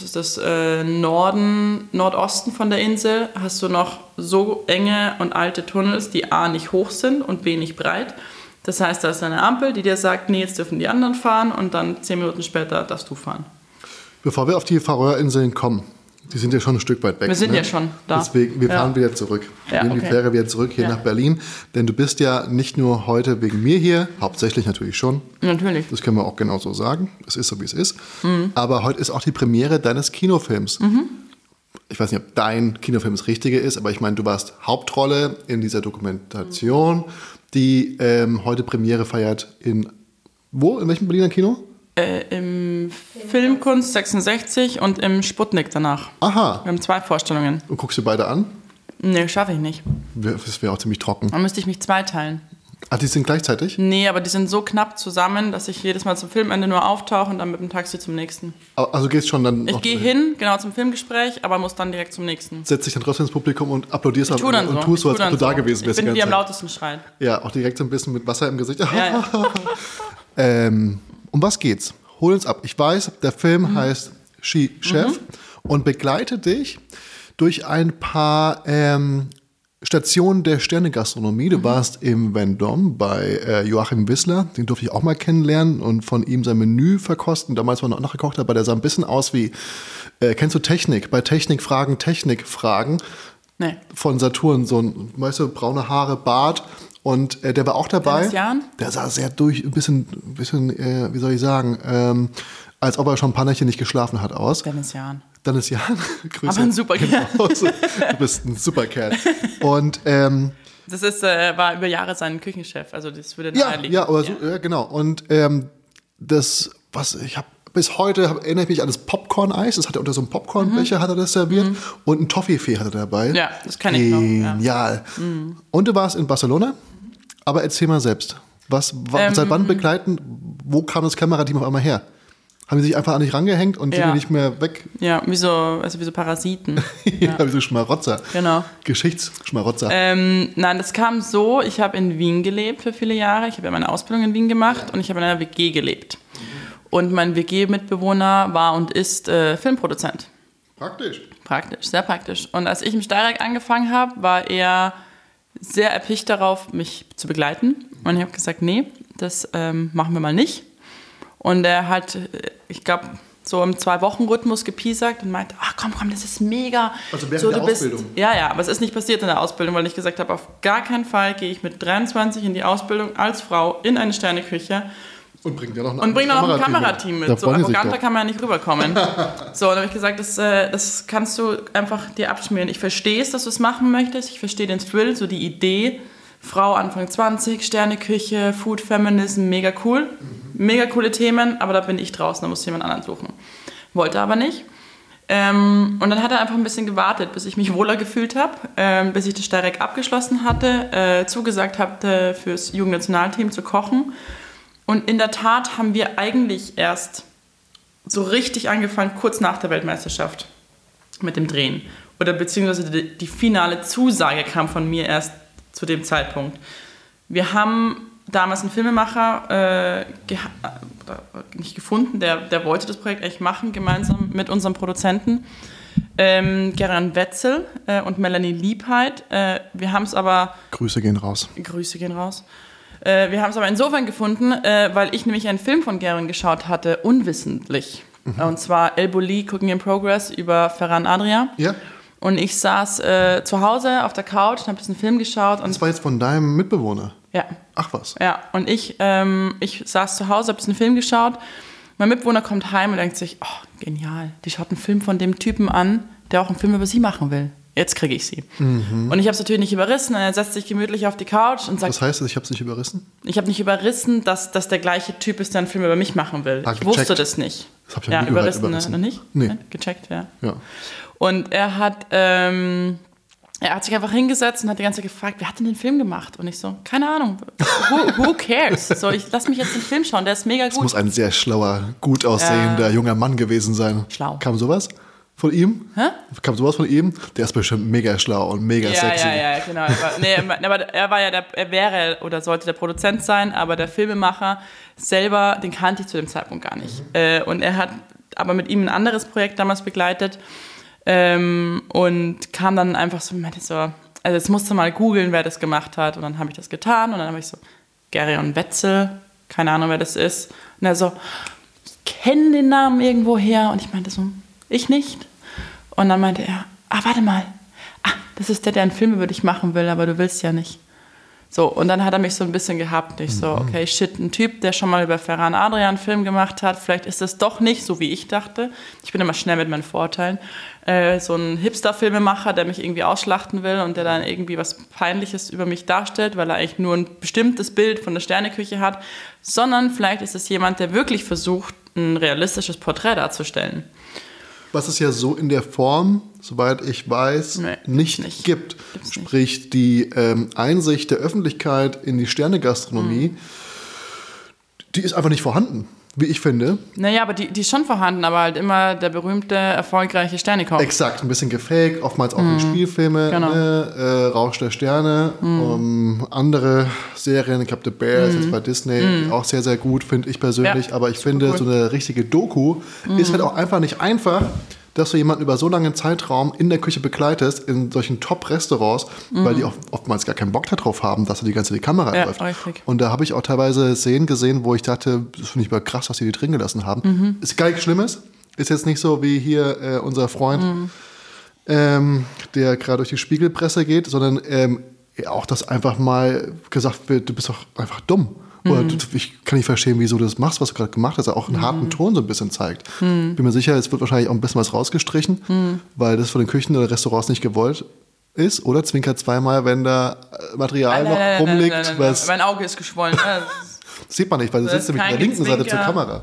Nordosten von der Insel hast du noch so enge und alte Tunnels, die A nicht hoch sind und B nicht breit. Das heißt, da ist eine Ampel, die dir sagt, nee, jetzt dürfen die anderen fahren und dann 10 Minuten später darfst du fahren. Bevor wir auf die Färöerinseln kommen, die sind ja schon ein Stück weit weg. Wir sind ja schon da. Deswegen, wir fahren wieder zurück. Wir nehmen die Fähre wieder zurück hier nach Berlin. Denn du bist ja nicht nur heute wegen mir hier, hauptsächlich natürlich schon. Natürlich. Das können wir auch genau so sagen. Es ist so, wie es ist. Aber heute ist auch die Premiere deines Kinofilms. Ich weiß nicht, ob dein Kinofilm das Richtige ist, aber ich meine, du warst Hauptrolle in dieser Dokumentation, die heute Premiere feiert in welchem Berliner Kino? Im Filmkunst 66 und im Sputnik danach. Aha. Wir haben 2 Vorstellungen. Und guckst du beide an? Nee, schaffe ich nicht. Das wäre auch ziemlich trocken. Dann müsste ich mich zweiteilen. Ah, die sind gleichzeitig? Nee, aber die sind so knapp zusammen, dass ich jedes Mal zum Filmende nur auftauche und dann mit dem Taxi zum nächsten. Also gehst schon dann Ich gehe hin, genau zum Filmgespräch, aber muss dann direkt zum nächsten. Setzt dich dann trotzdem ins Publikum und applaudierst und tust so, als ob du da gewesen wärst. Ich bin die am lautesten schreit. Ja, auch direkt so ein bisschen mit Wasser im Gesicht. Ja. Um was geht's? Hol uns ab. Ich weiß, der Film heißt She Chef und begleitet dich durch ein paar Stationen der Sternegastronomie. Du warst im Vendôme bei Joachim Wissler, den durfte ich auch mal kennenlernen und von ihm sein Menü verkosten. Damals war er noch nachgekocht, aber der sah ein bisschen aus wie, kennst du Technik? Bei Technik fragen. Nee. Von Saturn, so ein, weißt du, braune Haare, Bart. Und der war auch dabei. Dennis Jahn? Der sah sehr ein bisschen wie soll ich sagen, als ob er schon ein paar Nächte nicht geschlafen hat aus. Dennis Jahn. Grüße. Aber ein super Kerl. Genau, du bist ein super Kerl. Und das war über Jahre sein Küchenchef, also das würde naheliegen. Ja, genau. Und das, was ich habe bis heute erinnere ich mich an das Popcorn-Eis. Das hat er unter so einem Popcornbecher hat er das serviert. Und ein Toffifee hatte er dabei. Ja, das kann ich noch. Genial. Ja. Und du warst in Barcelona. Aber erzähl mal selbst. Seit wann begleiten? Wo kam das Kamerateam auf einmal her? Haben die sich einfach an dich rangehängt und sind die nicht mehr weg? Ja, wie so Parasiten. Ja, wie so Schmarotzer. Genau. Geschichtsschmarotzer. Nein, das kam so, ich habe in Wien gelebt für viele Jahre. Ich habe ja meine Ausbildung in Wien gemacht und ich habe in einer WG gelebt. Und mein WG-Mitbewohner war und ist Filmproduzent. Praktisch, sehr praktisch. Und als ich im Steyrek angefangen habe, war er sehr erpicht darauf, mich zu begleiten. Und ich habe gesagt, nee, das machen wir mal nicht. Und er hat, ich glaube, so im 2-Wochen-Rhythmus gepiesackt und meinte, ach komm, das ist mega. Also während der Ausbildung? Ja, aber es ist nicht passiert in der Ausbildung, weil ich gesagt habe, auf gar keinen Fall gehe ich mit 23 in die Ausbildung als Frau in eine Sterneküche. Und bringt ja noch ein Kamerateam mit. So arroganter kann man ja nicht rüberkommen. So, dann habe ich gesagt, das kannst du einfach dir abschmieren. Ich verstehe es, dass du es machen möchtest. Ich verstehe den Thrill, so die Idee. Frau Anfang 20, Sterneküche, Food Feminism, mega cool. Mega coole Themen, aber da bin ich draußen, da muss jemand anderen suchen. Wollte aber nicht. Und dann hat er einfach ein bisschen gewartet, bis ich mich wohler gefühlt habe, bis ich das Steyrek abgeschlossen hatte, zugesagt hatte, fürs Jugendnationalteam zu kochen. Und in der Tat haben wir eigentlich erst so richtig angefangen, kurz nach der Weltmeisterschaft mit dem Drehen. Oder beziehungsweise die finale Zusage kam von mir erst zu dem Zeitpunkt. Wir haben damals einen Filmemacher nicht gefunden, der wollte das Projekt eigentlich machen, gemeinsam mit unserem Produzenten. Geran Wetzel und Melanie Liebheit. Wir haben es aber... Grüße gehen raus. Wir haben es aber insofern gefunden, weil ich nämlich einen Film von Geran geschaut hatte, unwissentlich. Und zwar El Bulli, Cooking in Progress über Ferran Adria. Ja. Und ich saß zu Hause auf der Couch und habe diesen Film geschaut. Und das war jetzt von deinem Mitbewohner? Ja. Ach was. Ja, und ich saß zu Hause, habe diesen Film geschaut. Mein Mitbewohner kommt heim und denkt sich, oh, genial, die schaut einen Film von dem Typen an, der auch einen Film über sie machen will. Jetzt kriege ich sie. Und ich habe es natürlich nicht überrissen. Und er setzt sich gemütlich auf die Couch und sagt... Was heißt das, ich habe es nicht überrissen? Ich habe nicht überrissen, dass der gleiche Typ ist, der einen Film über mich machen will. Ich wusste das nicht. Das habe ich ja, nie gehört. Überrissen. Noch nicht? Nee. Gecheckt, ja. Ja. Und er hat sich einfach hingesetzt und hat die ganze Zeit gefragt, wer hat denn den Film gemacht? Und ich so, keine Ahnung, who cares? So, lass mich jetzt den Film schauen, der ist mega gut. Das muss ein sehr schlauer, gut aussehender junger Mann gewesen sein. Schlau. Kam sowas von ihm? Hä? Kam sowas von ihm? Der ist bestimmt mega schlau und mega sexy. Ja, genau. Er wäre oder sollte der Produzent sein, aber der Filmemacher selber, den kannte ich zu dem Zeitpunkt gar nicht. Und er hat aber mit ihm ein anderes Projekt damals begleitet und kam dann einfach so, meinte so, also jetzt musst du mal googeln, wer das gemacht hat. Und dann habe ich das getan und dann habe ich so, Gerion Wetzel, keine Ahnung, wer das ist. Und er so, ich kenne den Namen irgendwo her. Und ich meinte so, ich nicht. Und dann meinte er, warte mal, das ist der einen Film über dich machen will, aber du willst ja nicht. So, und dann hat er mich so ein bisschen gehabt. Ich so, okay, shit, ein Typ, der schon mal über Ferran Adrian einen Film gemacht hat, vielleicht ist das doch nicht so, wie ich dachte. Ich bin immer schnell mit meinen Vorurteilen. So ein Hipster-Filmemacher, der mich irgendwie ausschlachten will und der dann irgendwie was Peinliches über mich darstellt, weil er eigentlich nur ein bestimmtes Bild von der Sterneküche hat. Sondern vielleicht ist es jemand, der wirklich versucht, ein realistisches Porträt darzustellen. Was es ja so in der Form, soweit ich weiß, nicht gibt. Gibt's Sprich, nicht. die Einsicht der Öffentlichkeit in die Sternegastronomie, die ist einfach nicht vorhanden, wie ich finde. Naja, aber die ist schon vorhanden, aber halt immer der berühmte, erfolgreiche Sternekoch. Exakt, ein bisschen gefaked, oftmals auch in Spielfilme, Genau. ne? Rausch der Sterne, andere Serien, ich glaube The Bear ist jetzt bei Disney auch sehr, sehr gut, finde ich persönlich, aber ich finde, cool. so eine richtige Doku ist halt auch einfach nicht einfach, dass du jemanden über so langen Zeitraum in der Küche begleitest, in solchen Top-Restaurants, weil die auch oftmals gar keinen Bock darauf haben, dass da die ganze Kamera läuft. Richtig. Und da habe ich auch teilweise Szenen gesehen, wo ich dachte, das finde ich mal krass, was die drin gelassen haben. Ist gar nichts Schlimmes. Ist jetzt nicht so wie hier unser Freund, der gerade durch die Spiegelpresse geht, sondern auch, dass einfach mal gesagt wird, du bist doch einfach dumm. Oder ich kann nicht verstehen, wieso du das machst, was du gerade gemacht hast, auch einen harten Ton so ein bisschen zeigt. Bin mir sicher, es wird wahrscheinlich auch ein bisschen was rausgestrichen, weil das von den Küchen oder Restaurants nicht gewollt ist. Oder zwinkert zweimal, wenn da Material noch rumliegt. Nein. Mein Auge ist geschwollen. Das sieht man nicht, weil du sitzt nämlich an der linken Seite zur Kamera.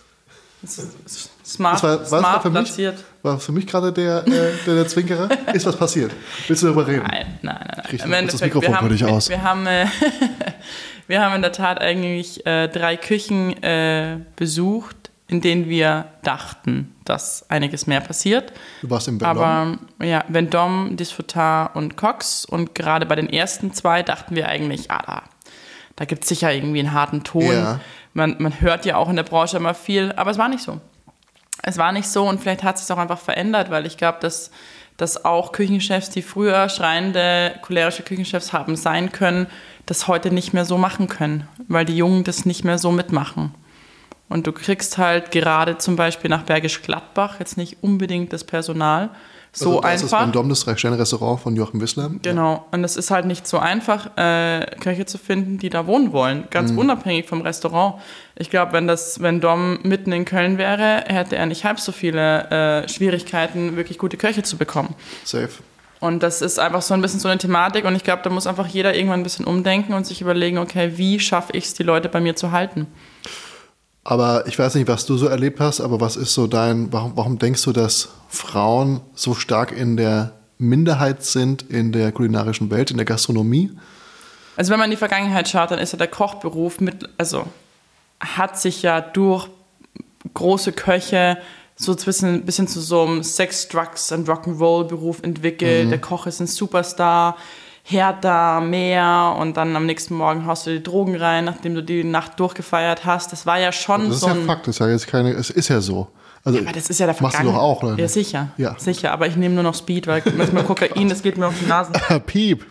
Smart platziert. War für mich gerade der Zwinkerer? Ist was passiert? willst du darüber reden? Nein. Krieg noch das Mikrofon für dich aus. Wir haben in der Tat eigentlich 3 Küchen besucht, in denen wir dachten, dass einiges mehr passiert. Du warst im Vendôme. Aber ja, Vendôme, Disfrutar und Cox. Und gerade bei den ersten 2 dachten wir eigentlich, da gibt es sicher irgendwie einen harten Ton. Ja. Man hört ja auch in der Branche immer viel, aber es war nicht so. Es war nicht so und vielleicht hat es sich auch einfach verändert, weil ich glaube, dass auch Küchenchefs, die früher schreiende, cholerische Küchenchefs haben sein können, das heute nicht mehr so machen können, weil die Jungen das nicht mehr so mitmachen. Und du kriegst halt gerade zum Beispiel nach Bergisch Gladbach jetzt nicht unbedingt das Personal so das einfach. Das ist Vendôme, das 3-Sterne-Restaurant von Joachim Wissler. Genau, und es ist halt nicht so einfach, Köche zu finden, die da wohnen wollen, ganz unabhängig vom Restaurant. Ich glaube, wenn das Vendôme mitten in Köln wäre, hätte er nicht halb so viele Schwierigkeiten, wirklich gute Köche zu bekommen. Safe. Und das ist einfach so ein bisschen so eine Thematik und ich glaube, da muss einfach jeder irgendwann ein bisschen umdenken und sich überlegen, okay, wie schaffe ich es, die Leute bei mir zu halten? Aber ich weiß nicht, was du so erlebt hast, aber was ist so warum denkst du, dass Frauen so stark in der Minderheit sind in der kulinarischen Welt, in der Gastronomie? Also wenn man in die Vergangenheit schaut, dann ist ja der Kochberuf hat sich ja durch große Köche so ein bisschen zu so einem Sex, Drugs und Rock'n'Roll-Beruf entwickelt. Der Koch ist ein Superstar, härter, mehr und dann am nächsten Morgen haust du die Drogen rein, nachdem du die Nacht durchgefeiert hast. Das war ja schon das ist ja Fakt, das ist ja jetzt es ist ja so. Also, aber das ist ja der machst du doch auch, oder? Ja, sicher. Ja. Sicher, aber ich nehme nur noch Speed, weil manchmal Kokain, das geht mir auf die Nase. Piep.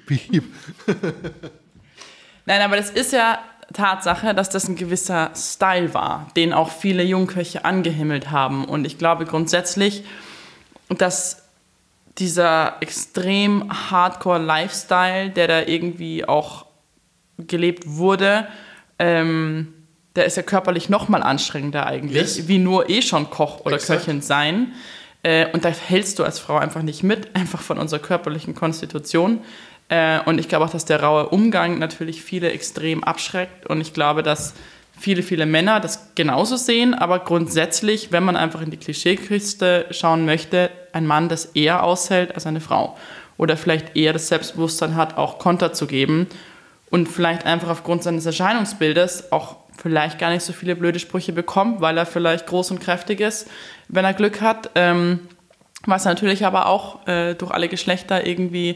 Nein, aber das ist ja Tatsache, dass das ein gewisser Style war, den auch viele Jungköche angehimmelt haben. Und ich glaube grundsätzlich, dass dieser extrem Hardcore-Lifestyle, der da irgendwie auch gelebt wurde, der ist ja körperlich noch mal anstrengender eigentlich, wie nur schon Koch oder Köchin sein. Und da hältst du als Frau einfach nicht mit, einfach von unserer körperlichen Konstitution. Und ich glaube auch, dass der raue Umgang natürlich viele extrem abschreckt. Und ich glaube, dass viele Männer das genauso sehen, aber grundsätzlich, wenn man einfach in die Klischeekiste schauen möchte, ein Mann, das eher aushält als eine Frau oder vielleicht eher das Selbstbewusstsein hat, auch Konter zu geben und vielleicht einfach aufgrund seines Erscheinungsbildes auch vielleicht gar nicht so viele blöde Sprüche bekommt, weil er vielleicht groß und kräftig ist, wenn er Glück hat, was natürlich aber auch durch alle Geschlechter irgendwie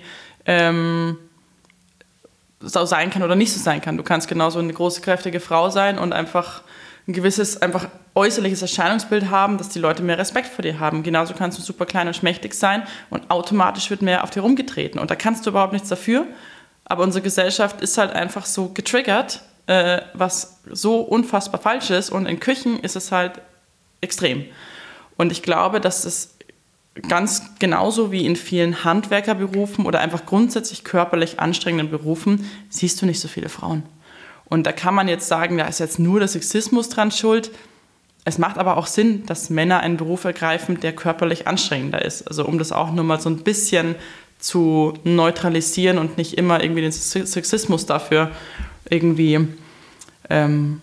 so sein kann oder nicht so sein kann. Du kannst genauso eine große, kräftige Frau sein und einfach ein gewisses, einfach äußerliches Erscheinungsbild haben, dass die Leute mehr Respekt vor dir haben. Genauso kannst du super klein und schmächtig sein und automatisch wird mehr auf dir rumgetreten. Und da kannst du überhaupt nichts dafür. Aber unsere Gesellschaft ist halt einfach so getriggert, was so unfassbar falsch ist. Und in Küchen ist es halt extrem. Und ich glaube, dass es ganz genauso wie in vielen Handwerkerberufen oder einfach grundsätzlich körperlich anstrengenden Berufen siehst du nicht so viele Frauen. Und da kann man jetzt sagen, da ist jetzt nur der Sexismus dran schuld. Es macht aber auch Sinn, dass Männer einen Beruf ergreifen, der körperlich anstrengender ist. Also um das auch nur mal so ein bisschen zu neutralisieren und nicht immer irgendwie den Sexismus dafür irgendwie dem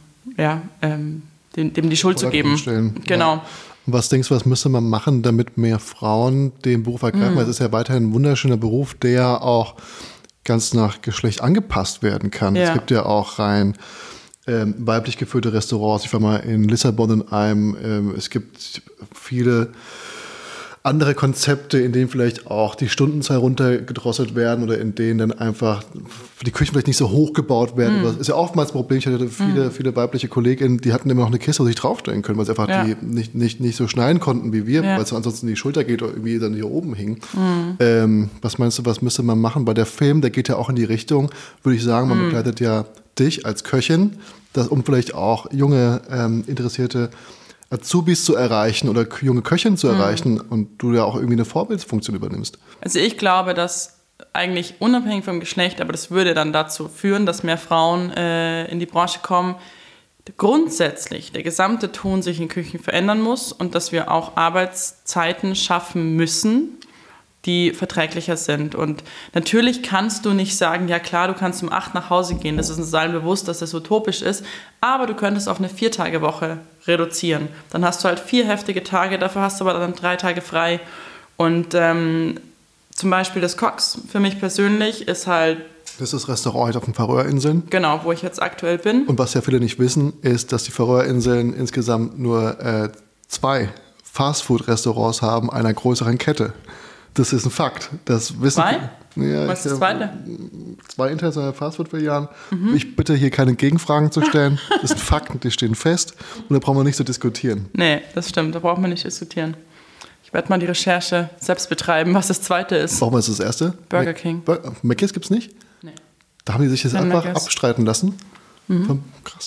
die Schuld zu geben. Genau. Ja. Was denkst du, was müsste man machen, damit mehr Frauen den Beruf ergreifen? Es ist ja weiterhin ein wunderschöner Beruf, der auch ganz nach Geschlecht angepasst werden kann. Ja. Es gibt ja auch rein weiblich geführte Restaurants. Ich war mal in Lissabon in einem. Es gibt viele andere Konzepte, in denen vielleicht auch die Stundenzahl runtergedrosselt werden oder in denen dann einfach die Küchen vielleicht nicht so hoch gebaut werden. Das ist ja oftmals ein Problem. Ich hatte viele weibliche Kolleginnen, die hatten immer noch eine Kiste, wo sie sich draufstellen können, weil sie einfach die nicht so schneiden konnten wie wir, weil es ansonsten die Schulter geht oder irgendwie dann hier oben hing. Was meinst du, was müsste man machen? Weil der Film, der geht ja auch in die Richtung, würde ich sagen, man begleitet ja dich als Köchin, um vielleicht auch junge, interessierte Azubis zu erreichen oder junge Köchinnen zu erreichen und du ja auch irgendwie eine Vorbildfunktion übernimmst. Also ich glaube, dass eigentlich unabhängig vom Geschlecht, aber das würde dann dazu führen, dass mehr Frauen in die Branche kommen, grundsätzlich der gesamte Ton sich in Küchen verändern muss und dass wir auch Arbeitszeiten schaffen müssen, die verträglicher sind. Und natürlich kannst du nicht sagen, ja klar, du kannst um 8 nach Hause gehen, das ist uns allen bewusst, dass das utopisch ist, aber du könntest auf eine 4-Tage-Woche reduzieren. Dann hast du halt 4 heftige Tage, dafür hast du aber dann 3 Tage frei. Und zum Beispiel das Cox für mich persönlich ist halt... Das ist das Restaurant halt auf den Färöerinseln. Genau, wo ich jetzt aktuell bin. Und was ja viele nicht wissen, ist, dass die Färöerinseln insgesamt nur 2 Fastfood-Restaurants haben einer größeren Kette. Das ist ein Fakt. Das wissen 2? Ja, was ist das zweite? 2 internationale Fastfood-Filialen. Ich bitte hier keine Gegenfragen zu stellen. Das sind Fakten, die stehen fest. Und da brauchen wir nicht zu diskutieren. Nee, das stimmt. Da braucht man nicht diskutieren. Ich werde mal die Recherche selbst betreiben, was das zweite ist. Warum ist das erste? Burger King. Mc's gibt es nicht? Nee. Da haben die sich das einfach abstreiten lassen? Krass.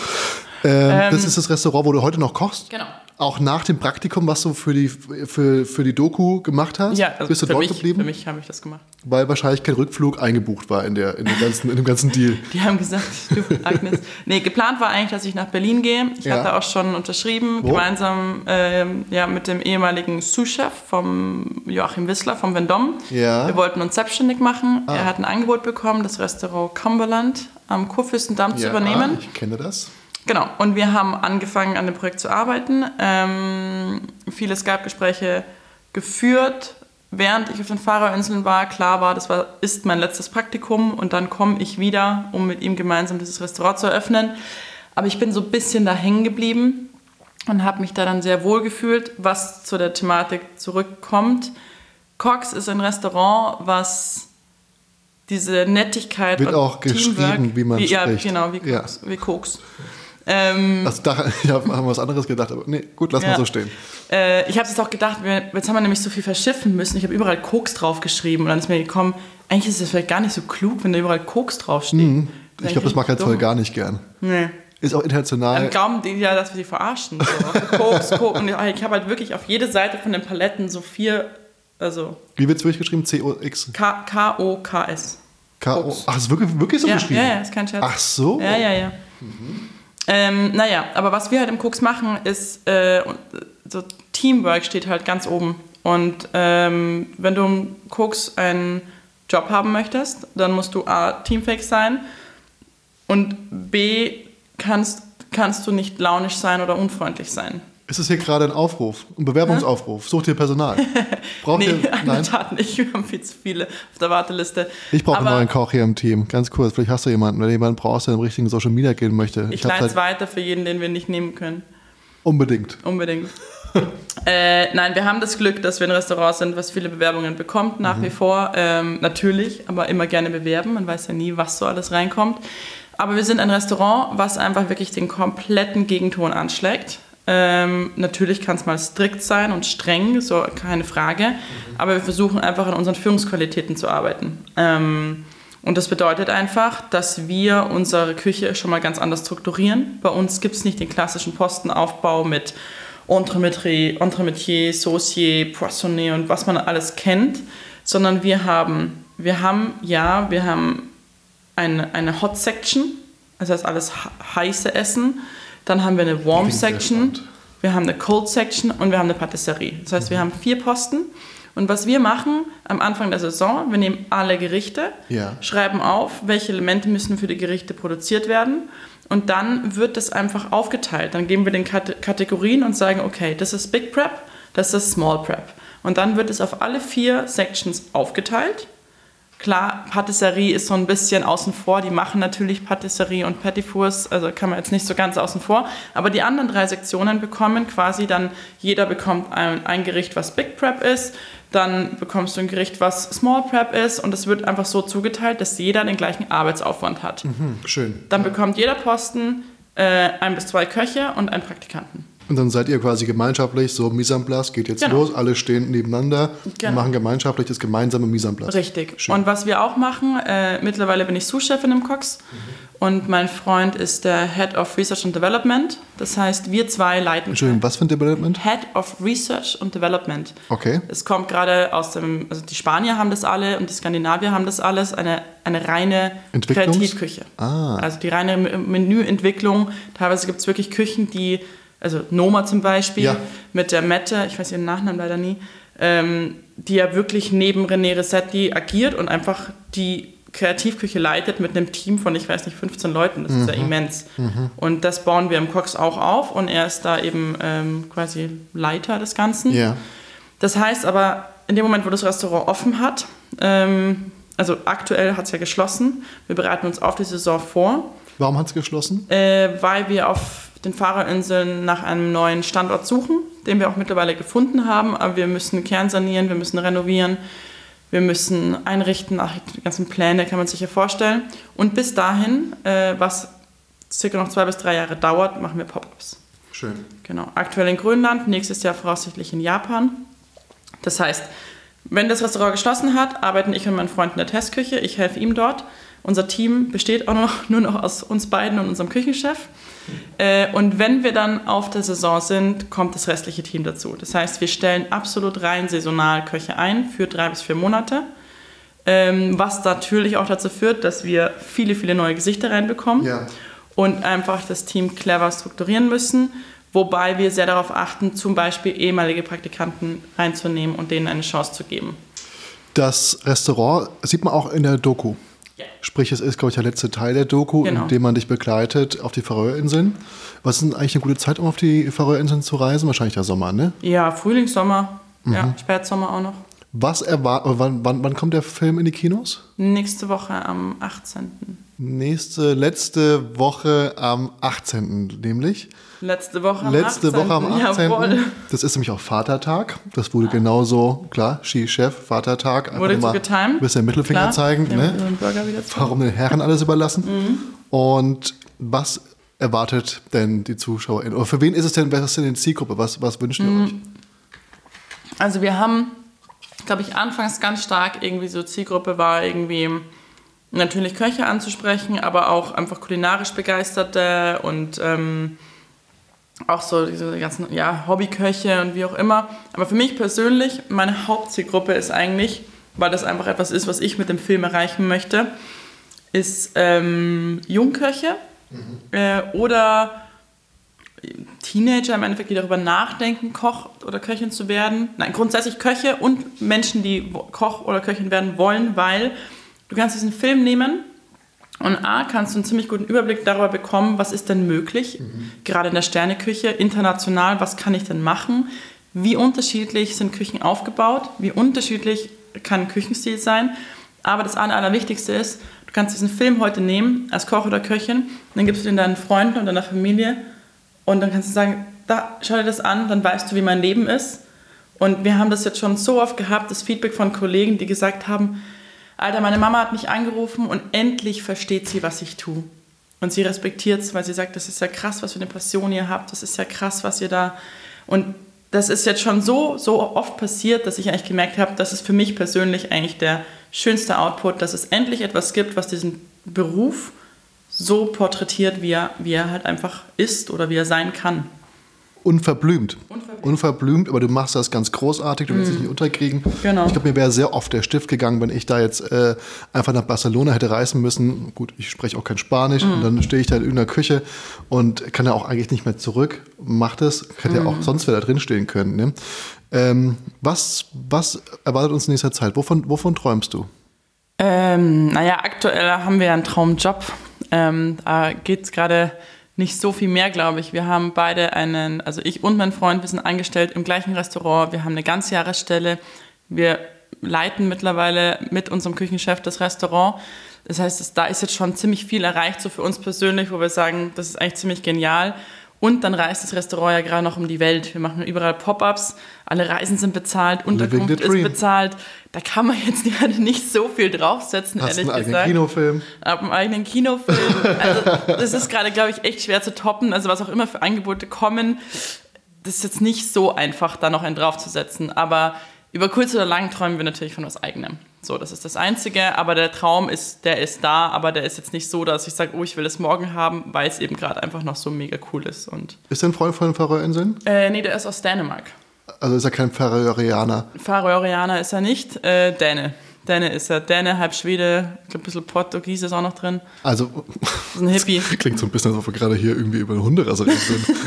Das ist das Restaurant, wo du heute noch kochst? Genau. Auch nach dem Praktikum, was du für die Doku gemacht hast? Ja, also bist du dort geblieben? Für mich habe ich das gemacht. Weil wahrscheinlich kein Rückflug eingebucht war in dem ganzen Deal. Die haben gesagt, du Agnes. Nee, geplant war eigentlich, dass ich nach Berlin gehe. Ich hatte auch schon unterschrieben, gemeinsam mit dem ehemaligen Sous-Chef vom Joachim Wissler vom Vendôme. Ja. Wir wollten uns selbstständig machen. Er hat ein Angebot bekommen, das Restaurant Cumberland am Kurfürstendamm zu übernehmen. Ich kenne das. Genau, und wir haben angefangen, an dem Projekt zu arbeiten, viele Skype-Gespräche geführt. Während ich auf den Färöerinseln war, klar war, ist mein letztes Praktikum und dann komme ich wieder, um mit ihm gemeinsam dieses Restaurant zu eröffnen. Aber ich bin so ein bisschen da hängen geblieben und habe mich da dann sehr wohl gefühlt, was zu der Thematik zurückkommt. Cox ist ein Restaurant, was diese Nettigkeit wird und auch geschrieben, Teamwork, wie man spricht. Ja, genau, wie Koks. Also ich habe was anderes gedacht, aber nee, gut, lass mal so stehen. Ich habe jetzt auch gedacht, jetzt haben wir nämlich so viel verschiffen müssen. Ich habe überall Koks draufgeschrieben und dann ist mir gekommen, eigentlich ist es vielleicht gar nicht so klug, wenn da überall Koks draufsteht. Ich glaube, das mag halt voll gar nicht gern. Nee. Ist auch international. Dann glauben die ja, dass wir sie verarschen. So. Koks. Und ich habe halt wirklich auf jede Seite von den Paletten so 4, also... Wie wird es durchgeschrieben? C-O-X? K-O-K-S. K-O. Ach, ist wirklich so geschrieben? Ja, ist kein Scherz. Ach so? Ja. Aber was wir halt im Koks machen, ist, so Teamwork steht halt ganz oben. Und wenn du im Koks einen Job haben möchtest, dann musst du A, teamfähig sein und B, kannst kannst du nicht launisch sein oder unfreundlich sein. Ist es hier gerade ein Aufruf, ein Bewerbungsaufruf? Sucht ihr Personal? Braucht ihr? Nein, Tat nicht. Wir haben viel zu viele auf der Warteliste. Ich brauche einen neuen Koch hier im Team. Ganz kurz, vielleicht hast du jemanden, wenn du jemanden brauchst, der im richtigen Social Media gehen möchte. Ich leite es weiter für jeden, den wir nicht nehmen können. Unbedingt. Nein, wir haben das Glück, dass wir ein Restaurant sind, was viele Bewerbungen bekommt, nach wie vor. Natürlich, aber immer gerne bewerben. Man weiß ja nie, was so alles reinkommt. Aber wir sind ein Restaurant, was einfach wirklich den kompletten Gegenton anschlägt. Natürlich kann es mal strikt sein und streng, so keine Frage. Aber wir versuchen einfach an unseren Führungsqualitäten zu arbeiten. Und das bedeutet einfach, dass wir unsere Küche schon mal ganz anders strukturieren. Bei uns gibt es nicht den klassischen Postenaufbau mit Entremetier, Saucier, Poissonné und was man alles kennt, sondern wir haben eine Hot Section, das heißt alles heiße Essen. Dann haben wir eine Warm Section, wir haben eine Cold Section und wir haben eine Patisserie. Das heißt, wir haben 4 Posten. Und was wir machen am Anfang der Saison, wir nehmen alle Gerichte, schreiben auf, welche Elemente müssen für die Gerichte produziert werden. Und dann wird das einfach aufgeteilt. Dann geben wir den Kategorien und sagen, okay, das ist Big Prep, das ist Small Prep. Und dann wird es auf alle 4 Sections aufgeteilt. Klar, Patisserie ist so ein bisschen außen vor. Die machen natürlich Patisserie und Petit Fours, also kann man jetzt nicht so ganz außen vor. Aber die anderen 3 Sektionen bekommen quasi dann, jeder bekommt ein Gericht, was Big Prep ist. Dann bekommst du ein Gericht, was Small Prep ist. Und es wird einfach so zugeteilt, dass jeder den gleichen Arbeitsaufwand hat. Schön. Dann bekommt jeder Posten 1 bis 2 Köche und einen Praktikanten. Und dann seid ihr quasi gemeinschaftlich, so Mise en place geht jetzt los, alle stehen nebeneinander und machen gemeinschaftlich das gemeinsame Mise en place. Richtig. Schön. Und was wir auch machen, mittlerweile bin ich Sous-Chefin im Cox und mein Freund ist der Head of Research and Development. Das heißt, wir 2 leiten... Entschuldigung, was für ein Development? Head of Research and Development. Okay. Es kommt gerade aus dem... Also die Spanier haben das alle und die Skandinavier haben das alles. Eine reine Kreativküche. Also die reine Menüentwicklung. Teilweise gibt es wirklich Küchen, die... Also Noma zum Beispiel, mit der Mette, ich weiß ihren Nachnamen leider nie, die ja wirklich neben René Rossetti agiert und einfach die Kreativküche leitet mit einem Team von, ich weiß nicht, 15 Leuten. Das ist ja immens. Und das bauen wir im Cox auch auf und er ist da eben quasi Leiter des Ganzen. Yeah. Das heißt aber, in dem Moment, wo das Restaurant offen hat, also aktuell hat es ja geschlossen, wir bereiten uns auf die Saison vor. Warum hat es geschlossen? Weil wir auf den Faroe-Inseln nach einem neuen Standort suchen, den wir auch mittlerweile gefunden haben, aber wir müssen kernsanieren, wir müssen renovieren, wir müssen einrichten, die ganzen Pläne kann man sich ja vorstellen. Und bis dahin, was circa noch 2 bis 3 Jahre dauert, machen wir Pop-Ups. Schön. Genau. Aktuell in Grönland, nächstes Jahr voraussichtlich in Japan. Das heißt, wenn das Restaurant geschlossen hat, arbeiten ich und mein Freund in der Testküche, ich helfe ihm dort. Unser Team besteht auch nur noch aus uns beiden und unserem Küchenchef. Und wenn wir dann auf der Saison sind, kommt das restliche Team dazu. Das heißt, wir stellen absolut rein saisonal Köche ein für 3 bis 4 Monate. Was natürlich auch dazu führt, dass wir viele, viele neue Gesichter reinbekommen und einfach das Team clever strukturieren müssen. Wobei wir sehr darauf achten, zum Beispiel ehemalige Praktikanten reinzunehmen und denen eine Chance zu geben. Das Restaurant sieht man auch in der Doku. Sprich, es ist, glaube ich, der letzte Teil der Doku, in dem man dich begleitet auf die Färöerinseln. Was ist denn eigentlich eine gute Zeit, um auf die Färöerinseln zu reisen? Wahrscheinlich der Sommer, ne? Ja, Frühling, Sommer, Spätsommer auch noch. Wann kommt der Film in die Kinos? Nächste Woche am 18. Letzte Woche am 18. nämlich. Letzte Woche am 18. Jawohl. Das ist nämlich auch Vatertag. Das wurde genauso, klar, Ski-Chef, Vatertag. Einfach wurde so getimed. Ein bisschen Mittelfinger zeigen. Ne? Warum den Herren alles überlassen? Und was erwartet denn die ZuschauerInnen? Oder für wen ist es denn, was ist denn die Zielgruppe? Was wünscht ihr euch? Also wir haben, glaube ich, anfangs ganz stark irgendwie so Zielgruppe war irgendwie natürlich Köche anzusprechen, aber auch einfach kulinarisch Begeisterte und auch so diese ganzen Hobbyköche und wie auch immer. Aber für mich persönlich, meine Hauptzielgruppe ist eigentlich, weil das einfach etwas ist, was ich mit dem Film erreichen möchte, ist Jungköche oder Teenager im Endeffekt, die darüber nachdenken, Koch oder Köchin zu werden. Nein, grundsätzlich Köche und Menschen, die Koch oder Köchin werden wollen, weil du kannst diesen Film nehmen Und kannst du einen ziemlich guten Überblick darüber bekommen, was ist denn möglich, gerade in der Sterneküche, international, was kann ich denn machen, wie unterschiedlich sind Küchen aufgebaut, wie unterschiedlich kann ein Küchenstil sein. Aber das Allerwichtigste ist, du kannst diesen Film heute nehmen, als Koch oder Köchin, und dann gibst du den deinen Freunden und deiner Familie und dann kannst du sagen, da, schau dir das an, dann weißt du, wie mein Leben ist. Und wir haben das jetzt schon so oft gehabt, das Feedback von Kollegen, die gesagt haben, Alter, meine Mama hat mich angerufen und endlich versteht sie, was ich tue. Und sie respektiert es, weil sie sagt, das ist ja krass, was für eine Passion ihr habt, das ist ja krass, was ihr da... Und das ist jetzt schon so oft passiert, dass ich eigentlich gemerkt habe, das ist für mich persönlich eigentlich der schönste Output, dass es endlich etwas gibt, was diesen Beruf so porträtiert, wie er halt einfach ist oder wie er sein kann. Unverblümt, aber du machst das ganz großartig, du willst dich nicht unterkriegen. Genau. Ich glaube, mir wäre sehr oft der Stift gegangen, wenn ich da jetzt einfach nach Barcelona hätte reisen müssen. Gut, ich spreche auch kein Spanisch und dann stehe ich da in irgendeiner Küche und kann ja auch eigentlich nicht mehr zurück. Mach das, hätte ja auch sonst wer da drin stehen können. Ne? Was erwartet uns in nächster Zeit? Wovon träumst du? Aktuell haben wir einen Traumjob. Da geht es gerade nicht so viel mehr, glaube ich. Wir haben beide also ich und mein Freund, wir sind angestellt im gleichen Restaurant. Wir haben eine Ganzjahresstelle. Wir leiten mittlerweile mit unserem Küchenchef das Restaurant. Das heißt, da ist jetzt schon ziemlich viel erreicht, so für uns persönlich, wo wir sagen, das ist eigentlich ziemlich genial. Und dann reist das Restaurant ja gerade noch um die Welt. Wir machen überall Pop-ups, alle Reisen sind bezahlt, Unterkunft ist bezahlt. Da kann man jetzt gerade nicht so viel draufsetzen, ehrlich gesagt. Hast du einen eigenen Kinofilm? Also das ist gerade, glaube ich, echt schwer zu toppen. Also was auch immer für Angebote kommen, das ist jetzt nicht so einfach, da noch einen draufzusetzen. Aber über kurz oder lang träumen wir natürlich von was Eigenem. So, das ist das Einzige, aber der Traum ist da, aber der ist jetzt nicht so, dass ich sage, oh, ich will es morgen haben, weil es eben gerade einfach noch so mega cool ist. Und ist der ein Freund von den Färöerinseln? Nee, der ist aus Dänemark. Also ist er kein Färöianer? Färöianer ist er nicht, Däne. Däne ist er. Däne, halb Schwede, ich glaube ein bisschen Portugies ist auch noch drin. Also, das ist ein Hippie. Klingt so ein bisschen, als ob wir gerade hier irgendwie über eine Hunderasse reden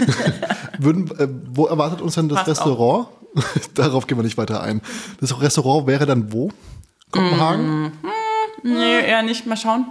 sind. Wo erwartet uns denn das Passt Restaurant? Darauf gehen wir nicht weiter ein. Das Restaurant wäre dann wo? Kopenhagen? Nee, eher nicht. Mal schauen.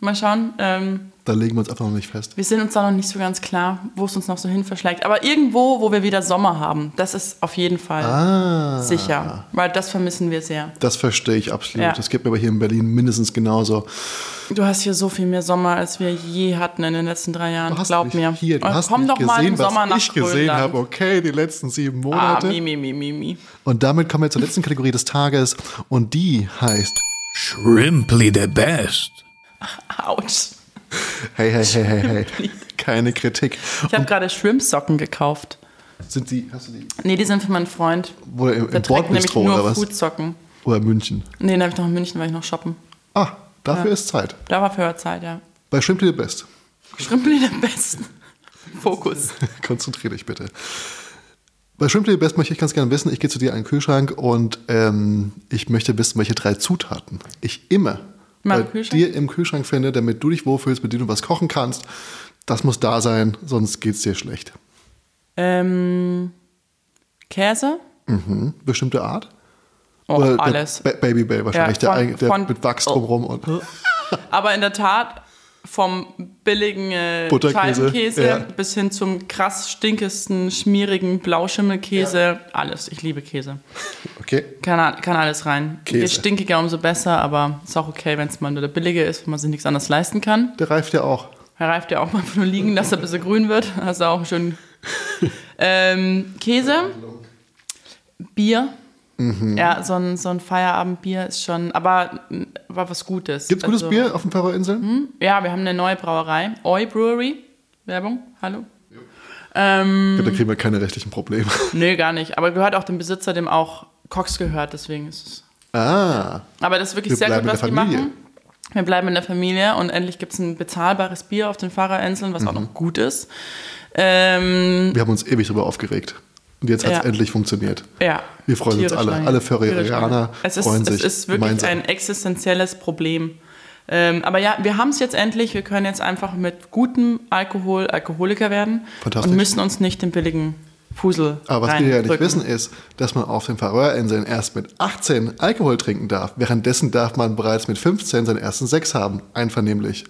Da legen wir uns einfach noch nicht fest. Wir sind uns da noch nicht so ganz klar, wo es uns noch so hin verschlägt. Aber irgendwo, wo wir wieder Sommer haben, das ist auf jeden Fall sicher. Weil das vermissen wir sehr. Das verstehe ich absolut. Ja. Das geht mir aber hier in Berlin mindestens genauso. Du hast hier so viel mehr Sommer, als wir je hatten in den letzten 3 Jahren. Glaub mir. Du hast komm doch gesehen, mal im Sommer nach was ich gesehen habe. Okay, die letzten 7 Monate. Mi. Und damit kommen wir zur letzten Kategorie des Tages. Und die heißt Shrimply the Best. Autsch. Hey. Keine Kritik. Ich habe gerade Shrimp-Socken gekauft. Hast du die? Nee, die sind für meinen Freund. Wo im Bordbistro oder was? Foodsocken. Oder München? Nee, den habe ich noch in München, weil ich noch shoppen. Dafür ist Zeit. Da war für Zeit, ja. Bei Shrimply the Best. Shrimply the Best. Fokus. Konzentrier dich bitte. Bei Shrimply the Best möchte ich ganz gerne wissen, ich gehe zu dir in den Kühlschrank und ich möchte wissen, welche 3 Zutaten ich immer bei dir im Kühlschrank finde, damit du dich wohlfühlst, mit denen du was kochen kannst. Das muss da sein, sonst geht es dir schlecht. Käse? Bestimmte Art? Oh, oder alles. Baby Bell wahrscheinlich, der mit Wachs drumherum. Und aber in der Tat, vom billigen Scheibenkäse bis hin zum krass stinkesten, schmierigen Blauschimmelkäse. Alles. Ich liebe Käse. Okay. Kann alles rein. Je stinkiger, umso besser, aber ist auch okay, wenn es mal nur der billige ist, wenn man sich nichts anderes leisten kann. Der reift ja auch. Er reift ja auch mal nur liegen, dass er ein bisschen grün wird. Das ist auch schön. Käse, Bier. Ja, so ein Feierabendbier ist schon, aber was Gutes. Gibt's gutes Bier auf den Färöerinseln? Ja, wir haben eine neue Brauerei. Oi Brewery. Werbung, hallo. Da kriegen wir keine rechtlichen Probleme. Nee, gar nicht. Aber gehört auch dem Besitzer, dem auch Cox gehört, deswegen ist es. Aber das ist wirklich sehr gut, was die machen. Wir bleiben in der Familie und endlich gibt es ein bezahlbares Bier auf den Färöerinseln, was auch noch gut ist. Wir haben uns ewig darüber aufgeregt. Und jetzt hat es endlich funktioniert. Ja. Wir freuen uns alle. Alle Färöianer freuen sich. Es ist wirklich gemeinsam ein existenzielles Problem. Aber ja, wir haben es jetzt endlich. Wir können jetzt einfach mit gutem Alkohol Alkoholiker werden. Fantastisch. Und müssen uns nicht den billigen Fusel Aber was wir ja nicht reindrücken. wissen ist, dass man auf den Färöerinseln erst mit 18 Alkohol trinken darf. Währenddessen darf man bereits mit 15 seinen ersten Sex haben. Einvernehmlich.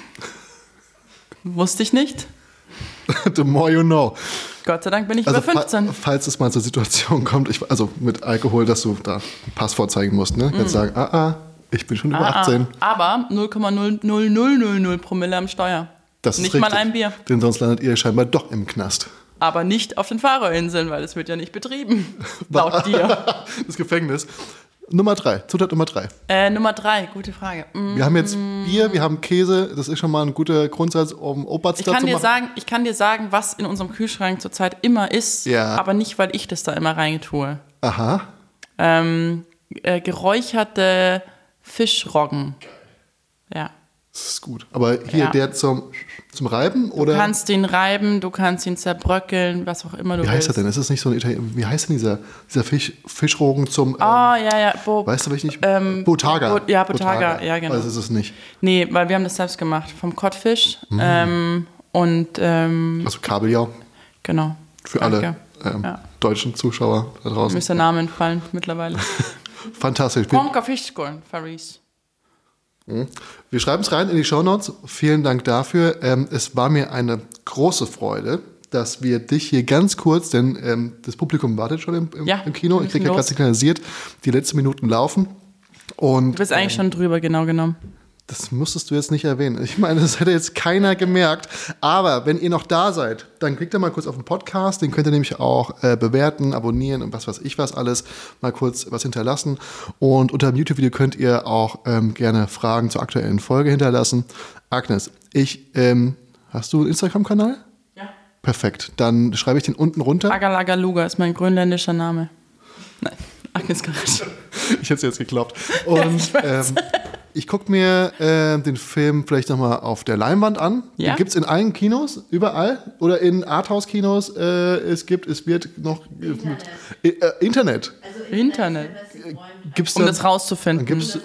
Wusste ich nicht. The more you know. Gott sei Dank bin ich Also über 15. falls es mal zur Situation kommt, also mit Alkohol, dass du da ein Pass vorzeigen musst, ne? Kannst sagen, ich bin schon über 18. Aber 0,00000 Promille am Steuer. Das ist nicht richtig. mal ein Bier. Denn sonst landet ihr scheinbar doch im Knast. Aber nicht auf den Färöerinseln, weil es wird ja nicht betrieben. Laut dir. Das Gefängnis. Nummer 3, Zutat Nummer 3. Nummer 3, gute Frage. Wir haben jetzt Bier, wir haben Käse. Das ist schon mal ein guter Grundsatz, um Obatz zu machen. Ich kann dir sagen, was in unserem Kühlschrank zurzeit immer ist, Ja. aber nicht, weil ich das da immer reintue. Aha. Geräucherte Fischroggen. Ja. Das ist gut. Aber hier Ja. der zum Reiben? Oder? Du kannst ihn reiben, du kannst ihn zerbröckeln, was auch immer du Wie willst. heißt das denn? Ist das nicht so ein wie heißt denn dieser Fischrogen zum. Ja. Weißt du, welchen ich. Botaga. Botaga, ja, genau. Das ist es nicht. Nee, weil wir haben das selbst gemacht. Vom Kottfisch. Also Kabeljau. Genau. Für Danke. alle Ja. deutschen Zuschauer da Mir draußen. ist der Name entfallen mittlerweile. Fantastisch. Konka Fischskollen, Faris. Wir schreiben es rein in die Shownotes. Vielen Dank dafür. Es war mir eine große Freude, dass wir dich hier ganz kurz, denn das Publikum wartet schon im Kino. wir Ich kriege müssen ja gerade los. signalisiert, die letzten Minuten laufen. Und Du bist eigentlich schon drüber, genau genommen. das musstest du jetzt nicht erwähnen. Ich meine, das hätte jetzt keiner gemerkt. Aber wenn ihr noch da seid, dann klickt ihr mal kurz auf den Podcast. Den könnt ihr nämlich auch bewerten, abonnieren und was weiß ich was alles. Mal kurz was hinterlassen. Und unter dem YouTube-Video könnt ihr auch gerne Fragen zur aktuellen Folge hinterlassen. Agnes, hast du einen Instagram-Kanal? Ja. Perfekt. Dann schreibe ich den unten runter. Agalagaluga ist mein grönländischer Name. Nein, Agnes Garage. Ich hätte es jetzt geglaubt. Und ich gucke mir den Film vielleicht nochmal auf der Leinwand an. Ja? Den gibt es in allen Kinos, überall. Oder in Arthouse-Kinos. Es wird noch Internet. Internet. Gibt's Um dann, das rauszufinden.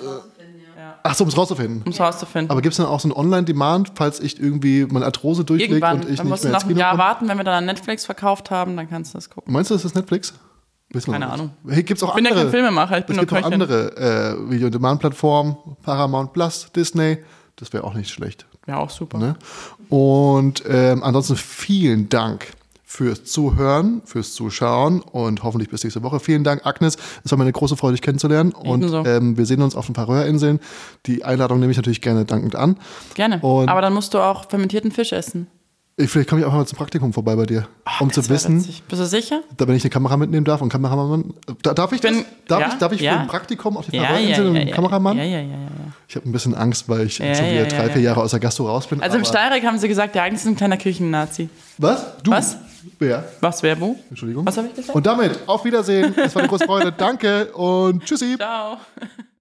ach so, um es rauszufinden. Um es rauszufinden. Aber gibt es dann auch so ein Online-Demand, falls ich irgendwie meine Arthrose durchklicke Irgendwann. und ich Dann nicht musst du mehr noch ins ein Kino Jahr komme? warten, wenn wir dann an Netflix verkauft haben, dann kannst du das gucken. Meinst du, das ist Netflix? Wissen wir Keine noch nicht. Ahnung. Hey, gibt's auch Ich bin ja andere. kein Filmemacher, ich bin Es nur gibt auch Köchin. andere Video-on-Demand-Plattformen. Paramount Plus, Disney. Das wäre auch nicht schlecht. Ja, auch super. Ne? Und ansonsten vielen Dank fürs Zuhören, fürs Zuschauen und hoffentlich bis nächste Woche. Vielen Dank, Agnes. Es war mir eine große Freude, dich kennenzulernen. Und Ebenso. wir sehen uns auf den Färöerinseln. Die Einladung nehme ich natürlich gerne dankend an. Gerne. Und- Aber dann musst du auch fermentierten Fisch essen. Vielleicht komme ich auch mal zum Praktikum vorbei bei dir, um zu Das wär wissen, witzig. Bist du sicher? da wenn ich eine Kamera mitnehmen darf und Kameramann. Darf ich das? Darf ich für ja. ein Praktikum auf die Ja, Färöerinseln und einen Kameramann? Ja. Ich habe ein bisschen Angst, weil ich Ja, schon wieder ja, 3-4 Jahre aus der Gastro raus bin. Also im aber- Steyrek haben sie gesagt, der eigentlich ist ein kleiner Küchennazi. Was? Du? Was? Wer? Was, wer, wo? Entschuldigung. Was habe ich gesagt? Und damit auf Wiedersehen. Es war eine große Freude. Danke und tschüssi. Ciao.